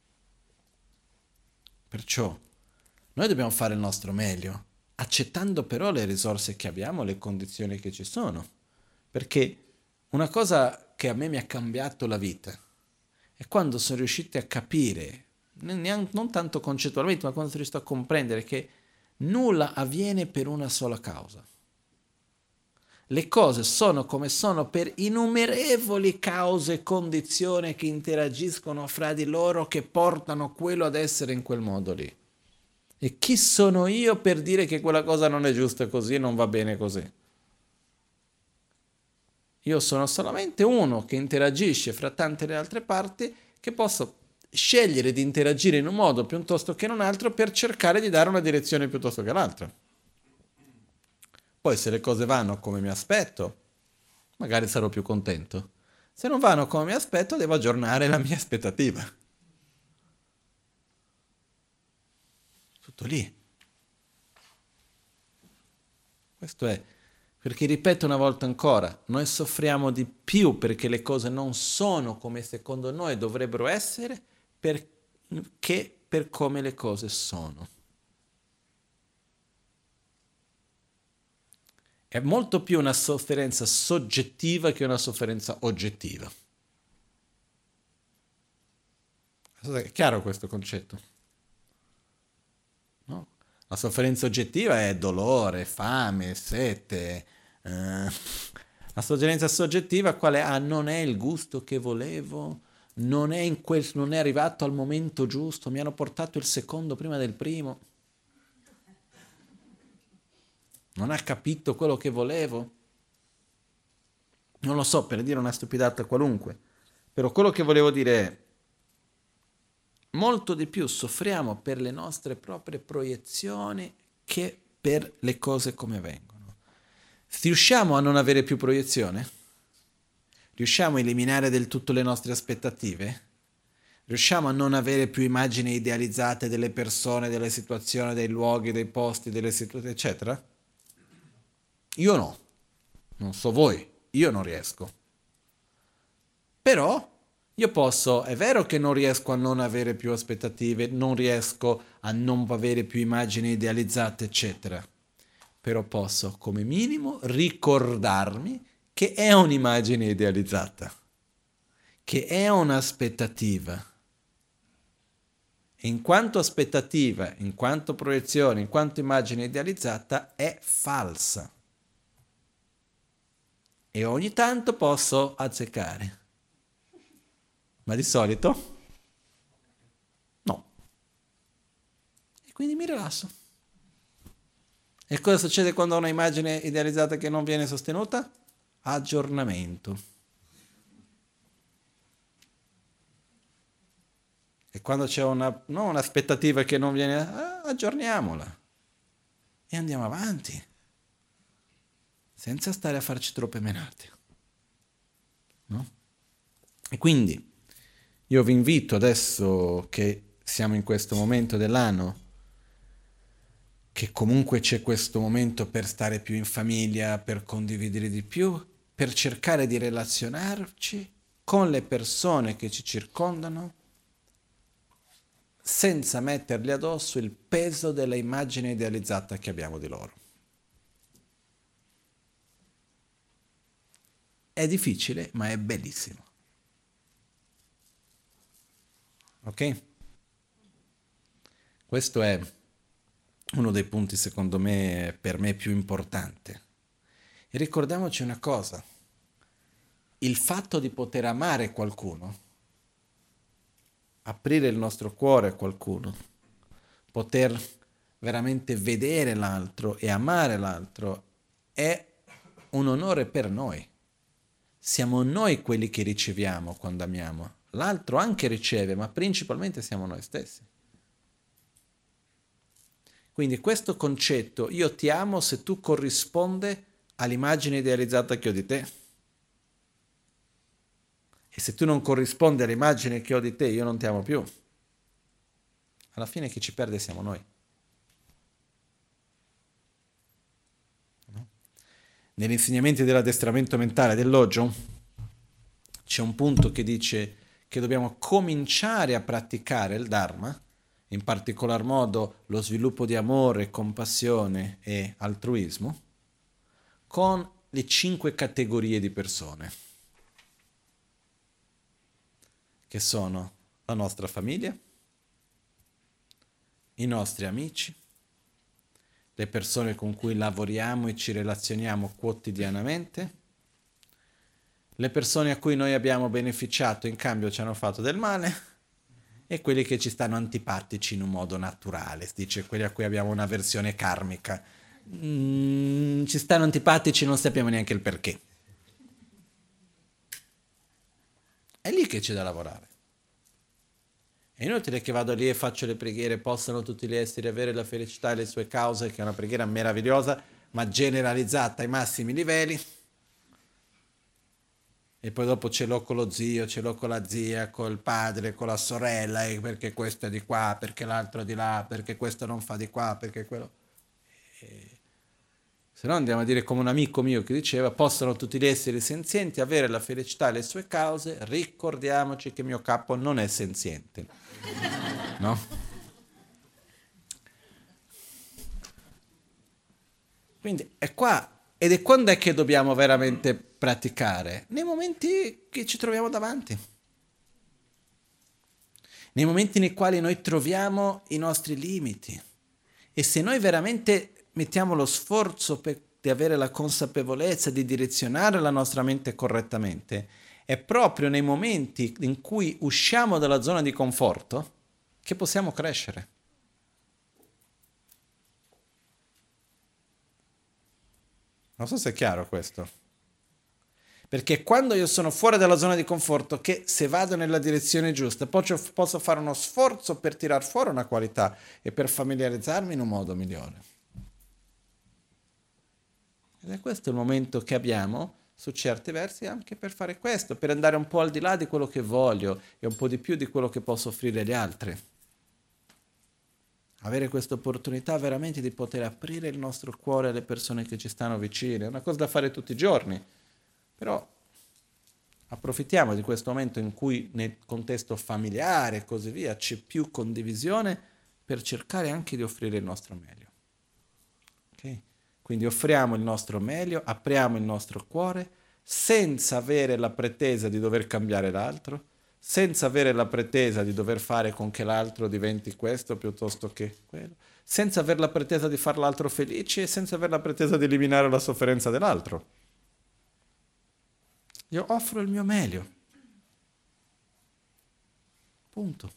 Perciò noi dobbiamo fare il nostro meglio, accettando però le risorse che abbiamo, le condizioni che ci sono. Perché una cosa che a me mi ha cambiato la vita è quando sono riuscito a capire, non tanto concettualmente, ma quando sono riuscito a comprendere che nulla avviene per una sola causa. Le cose sono come sono per innumerevoli cause e condizioni che interagiscono fra di loro, che portano quello ad essere in quel modo lì. E chi sono io per dire che quella cosa non è giusta così e non va bene così? Io sono solamente uno che interagisce fra tante le altre parti, che posso scegliere di interagire in un modo piuttosto che in un altro per cercare di dare una direzione piuttosto che l'altra. Poi se le cose vanno come mi aspetto, magari sarò più contento. Se non vanno come mi aspetto, devo aggiornare la mia aspettativa. Tutto lì. Questo è. Perché ripeto una volta ancora, noi soffriamo di più perché le cose non sono come secondo noi dovrebbero essere, perché per come le cose sono. È molto più una sofferenza soggettiva che una sofferenza oggettiva. È chiaro questo concetto? No? La sofferenza oggettiva è dolore, fame, sete. Eh. La sofferenza soggettiva qual è? Ah, non è il gusto che volevo, non è, in quel, non è arrivato al momento giusto, mi hanno portato il secondo prima del primo. Non ha capito quello che volevo? Non lo so, per dire una stupidata qualunque. Però quello che volevo dire è, molto di più soffriamo per le nostre proprie proiezioni che per le cose come vengono. Riusciamo a non avere più proiezione? Riusciamo a eliminare del tutto le nostre aspettative? Riusciamo a non avere più immagini idealizzate delle persone, delle situazioni, dei luoghi, dei posti, delle situazioni, eccetera? Io no. Non so voi, io non riesco. Però io posso, è vero che non riesco a non avere più aspettative, non riesco a non avere più immagini idealizzate, eccetera. Però posso, come minimo, ricordarmi che è un'immagine idealizzata, che è un'aspettativa. E in quanto aspettativa, in quanto proiezione, in quanto immagine idealizzata, è falsa. E ogni tanto posso azzeccare. Ma di solito no. E quindi mi rilasso. E cosa succede quando ho una immagine idealizzata che non viene sostenuta? Aggiornamento. E quando c'è una, no, un'aspettativa che non viene, ah, aggiorniamola. E andiamo avanti. Senza stare a farci troppe menate. No? E quindi io vi invito adesso che siamo in questo momento dell'anno, che comunque c'è questo momento per stare più in famiglia, per condividere di più, per cercare di relazionarci con le persone che ci circondano, senza mettergli addosso il peso della immagine idealizzata che abbiamo di loro. È difficile, ma è bellissimo. Ok? Questo è uno dei punti, secondo me, per me più importante. E ricordiamoci una cosa, il fatto di poter amare qualcuno, aprire il nostro cuore a qualcuno, poter veramente vedere l'altro e amare l'altro, è un onore per noi. Siamo noi quelli che riceviamo quando amiamo. L'altro anche riceve, ma principalmente siamo noi stessi. Quindi questo concetto, io ti amo se tu corrisponde all'immagine idealizzata che ho di te. E se tu non corrispondi all'immagine che ho di te, io non ti amo più. Alla fine chi ci perde siamo noi. No? Negli insegnamenti dell'addestramento mentale dell'Ojo c'è un punto che dice che dobbiamo cominciare a praticare il Dharma, in particolar modo lo sviluppo di amore, compassione e altruismo, con le cinque categorie di persone, che sono la nostra famiglia, i nostri amici, le persone con cui lavoriamo e ci relazioniamo quotidianamente, le persone a cui noi abbiamo beneficiato in cambio ci hanno fatto del male, e quelli che ci stanno antipatici in un modo naturale, si dice quelli a cui abbiamo un'avversione karmica. Mm, ci stanno antipatici, non sappiamo neanche il perché. È lì che c'è da lavorare. È inutile che vado lì e faccio le preghiere, possano tutti gli esseri avere la felicità e le sue cause, che è una preghiera meravigliosa, ma generalizzata ai massimi livelli. E poi dopo ce l'ho con lo zio, ce l'ho con la zia, col padre, con la sorella, e perché questo è di qua, perché l'altro è di là, perché questo non fa di qua, perché quello... E... Se no andiamo a dire come un amico mio che diceva, possono tutti gli esseri senzienti avere la felicità e le sue cause, ricordiamoci che mio capo non è senziente. No? Quindi è qua, ed è quando è che dobbiamo veramente praticare? Nei momenti che ci troviamo davanti. Nei momenti nei quali noi troviamo i nostri limiti. E se noi veramente mettiamo lo sforzo per, di avere la consapevolezza di direzionare la nostra mente correttamente, è proprio nei momenti in cui usciamo dalla zona di conforto che possiamo crescere. Non so se è chiaro questo. Perché quando io sono fuori dalla zona di conforto, che se vado nella direzione giusta, posso fare uno sforzo per tirar fuori una qualità e per familiarizzarmi in un modo migliore. Ed è questo il momento che abbiamo su certi versi anche per fare questo, per andare un po' al di là di quello che voglio e un po' di più di quello che posso offrire agli altri. Avere questa opportunità veramente di poter aprire il nostro cuore alle persone che ci stanno vicine, è una cosa da fare tutti i giorni, però approfittiamo di questo momento in cui nel contesto familiare e così via c'è più condivisione per cercare anche di offrire il nostro meglio. Okay? Quindi offriamo il nostro meglio, apriamo il nostro cuore senza avere la pretesa di dover cambiare l'altro, senza avere la pretesa di dover fare con che l'altro diventi questo piuttosto che quello, senza avere la pretesa di far l'altro felice e senza avere la pretesa di eliminare la sofferenza dell'altro. Io offro il mio meglio. Punto.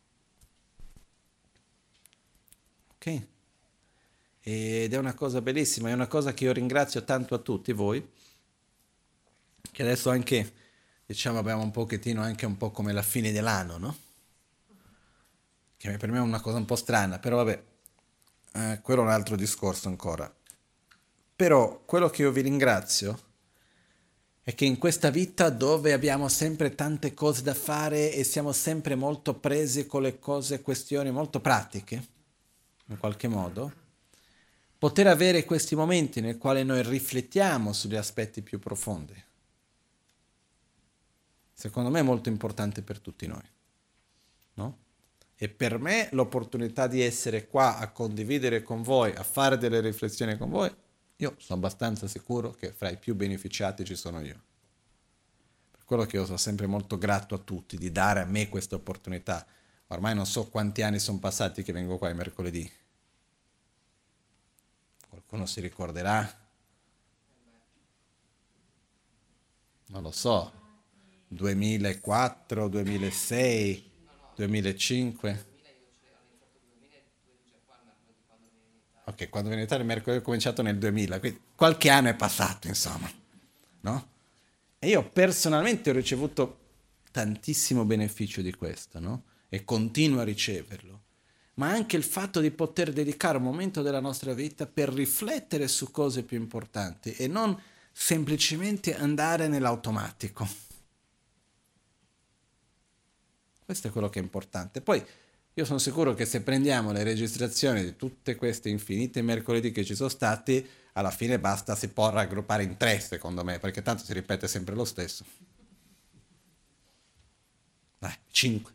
Ok? Ed è una cosa bellissima, è una cosa che io ringrazio tanto a tutti voi, che adesso anche, diciamo, abbiamo un pochettino anche un po' come la fine dell'anno, no? Che per me è una cosa un po' strana, però vabbè, eh, quello è un altro discorso ancora. Però quello che io vi ringrazio è che in questa vita dove abbiamo sempre tante cose da fare e siamo sempre molto presi con le cose, questioni molto pratiche, in qualche modo, poter avere questi momenti nel quale noi riflettiamo sugli aspetti più profondi, secondo me è molto importante per tutti noi, no? E per me l'opportunità di essere qua a condividere con voi, a fare delle riflessioni con voi, io sono abbastanza sicuro che fra i più beneficiati ci sono io. Per quello che io sono sempre molto grato a tutti di dare a me questa opportunità. Ormai non so quanti anni sono passati che vengo qua il mercoledì. Qualcuno si ricorderà? Non lo so. duemilaquattro, duemilasei, duemilacinque. Ok, quando viene in Italia il mercoledì ho cominciato nel duemila, quindi qualche anno è passato, insomma, no? E io personalmente ho ricevuto tantissimo beneficio di questo, no? E continuo a riceverlo. Ma anche il fatto di poter dedicare un momento della nostra vita per riflettere su cose più importanti e non semplicemente andare nell'automatico. Questo è quello che è importante. Poi io sono sicuro che se prendiamo le registrazioni di tutte queste infinite mercoledì che ci sono stati, alla fine basta, si può raggruppare in tre, secondo me, perché tanto si ripete sempre lo stesso. Dai, cinque.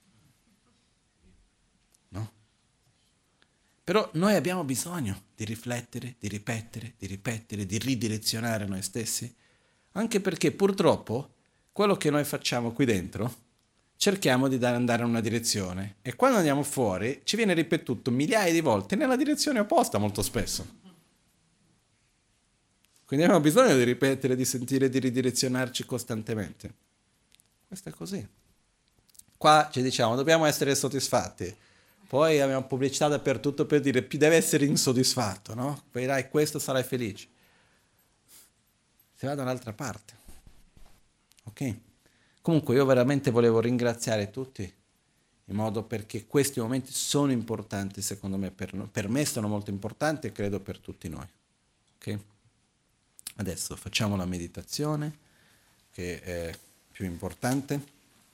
No? Però noi abbiamo bisogno di riflettere, di ripetere, di ripetere, di ridirezionare noi stessi, anche perché purtroppo quello che noi facciamo qui dentro cerchiamo di andare in una direzione e quando andiamo fuori ci viene ripetuto migliaia di volte nella direzione opposta molto spesso. Quindi abbiamo bisogno di ripetere, di sentire, di ridirezionarci costantemente. Questo è così. Qua ci diciamo, dobbiamo essere soddisfatti. Poi abbiamo pubblicità dappertutto per dire, più deve essere insoddisfatto, no? Vedrai questo, sarai felice. Si va da un'altra parte. Ok? Comunque io veramente volevo ringraziare tutti, in modo perché questi momenti sono importanti, secondo me, per, per me sono molto importanti e credo per tutti noi. Ok? Adesso facciamo la meditazione, che è più importante.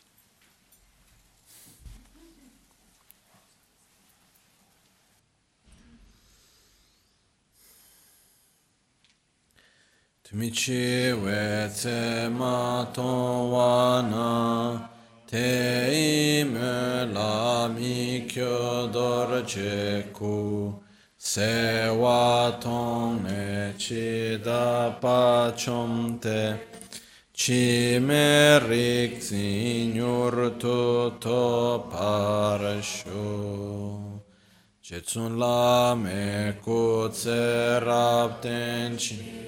Tumichi we tse ma ton wa na te ime la mi kyo dor je ku se wa ton me chi da pa chom te chi me rik signor tu to parasho Jetsun la me ku tse rab ten chi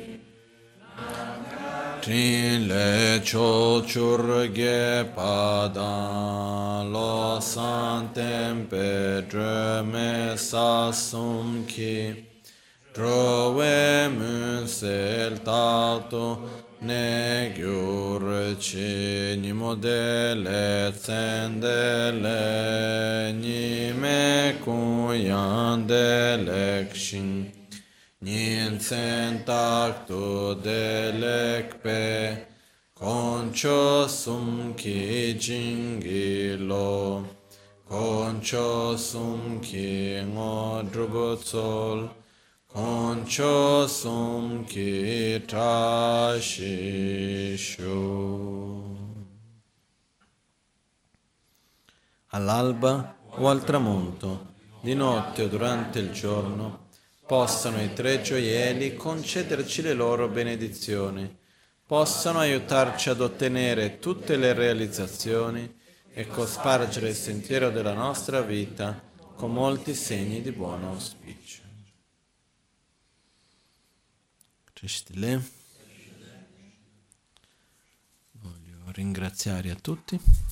Trin le chol chur ge padan lo san tempe dre me sa sum ki dro we mun sel tato ne gyur chi ni modele tsendele ni me kun yan de lekshin Nyen tak tu delekpe, Concho sum ki jingi lo, Concho sum ki ngo drubo tsol, Concho sum ki trashi shu. All'alba o al tramonto, di notte o durante il giorno, possano i tre gioielli concederci le loro benedizioni, possano aiutarci ad ottenere tutte le realizzazioni e cospargere il sentiero della nostra vita con molti segni di buon auspicio. Voglio ringraziare a tutti.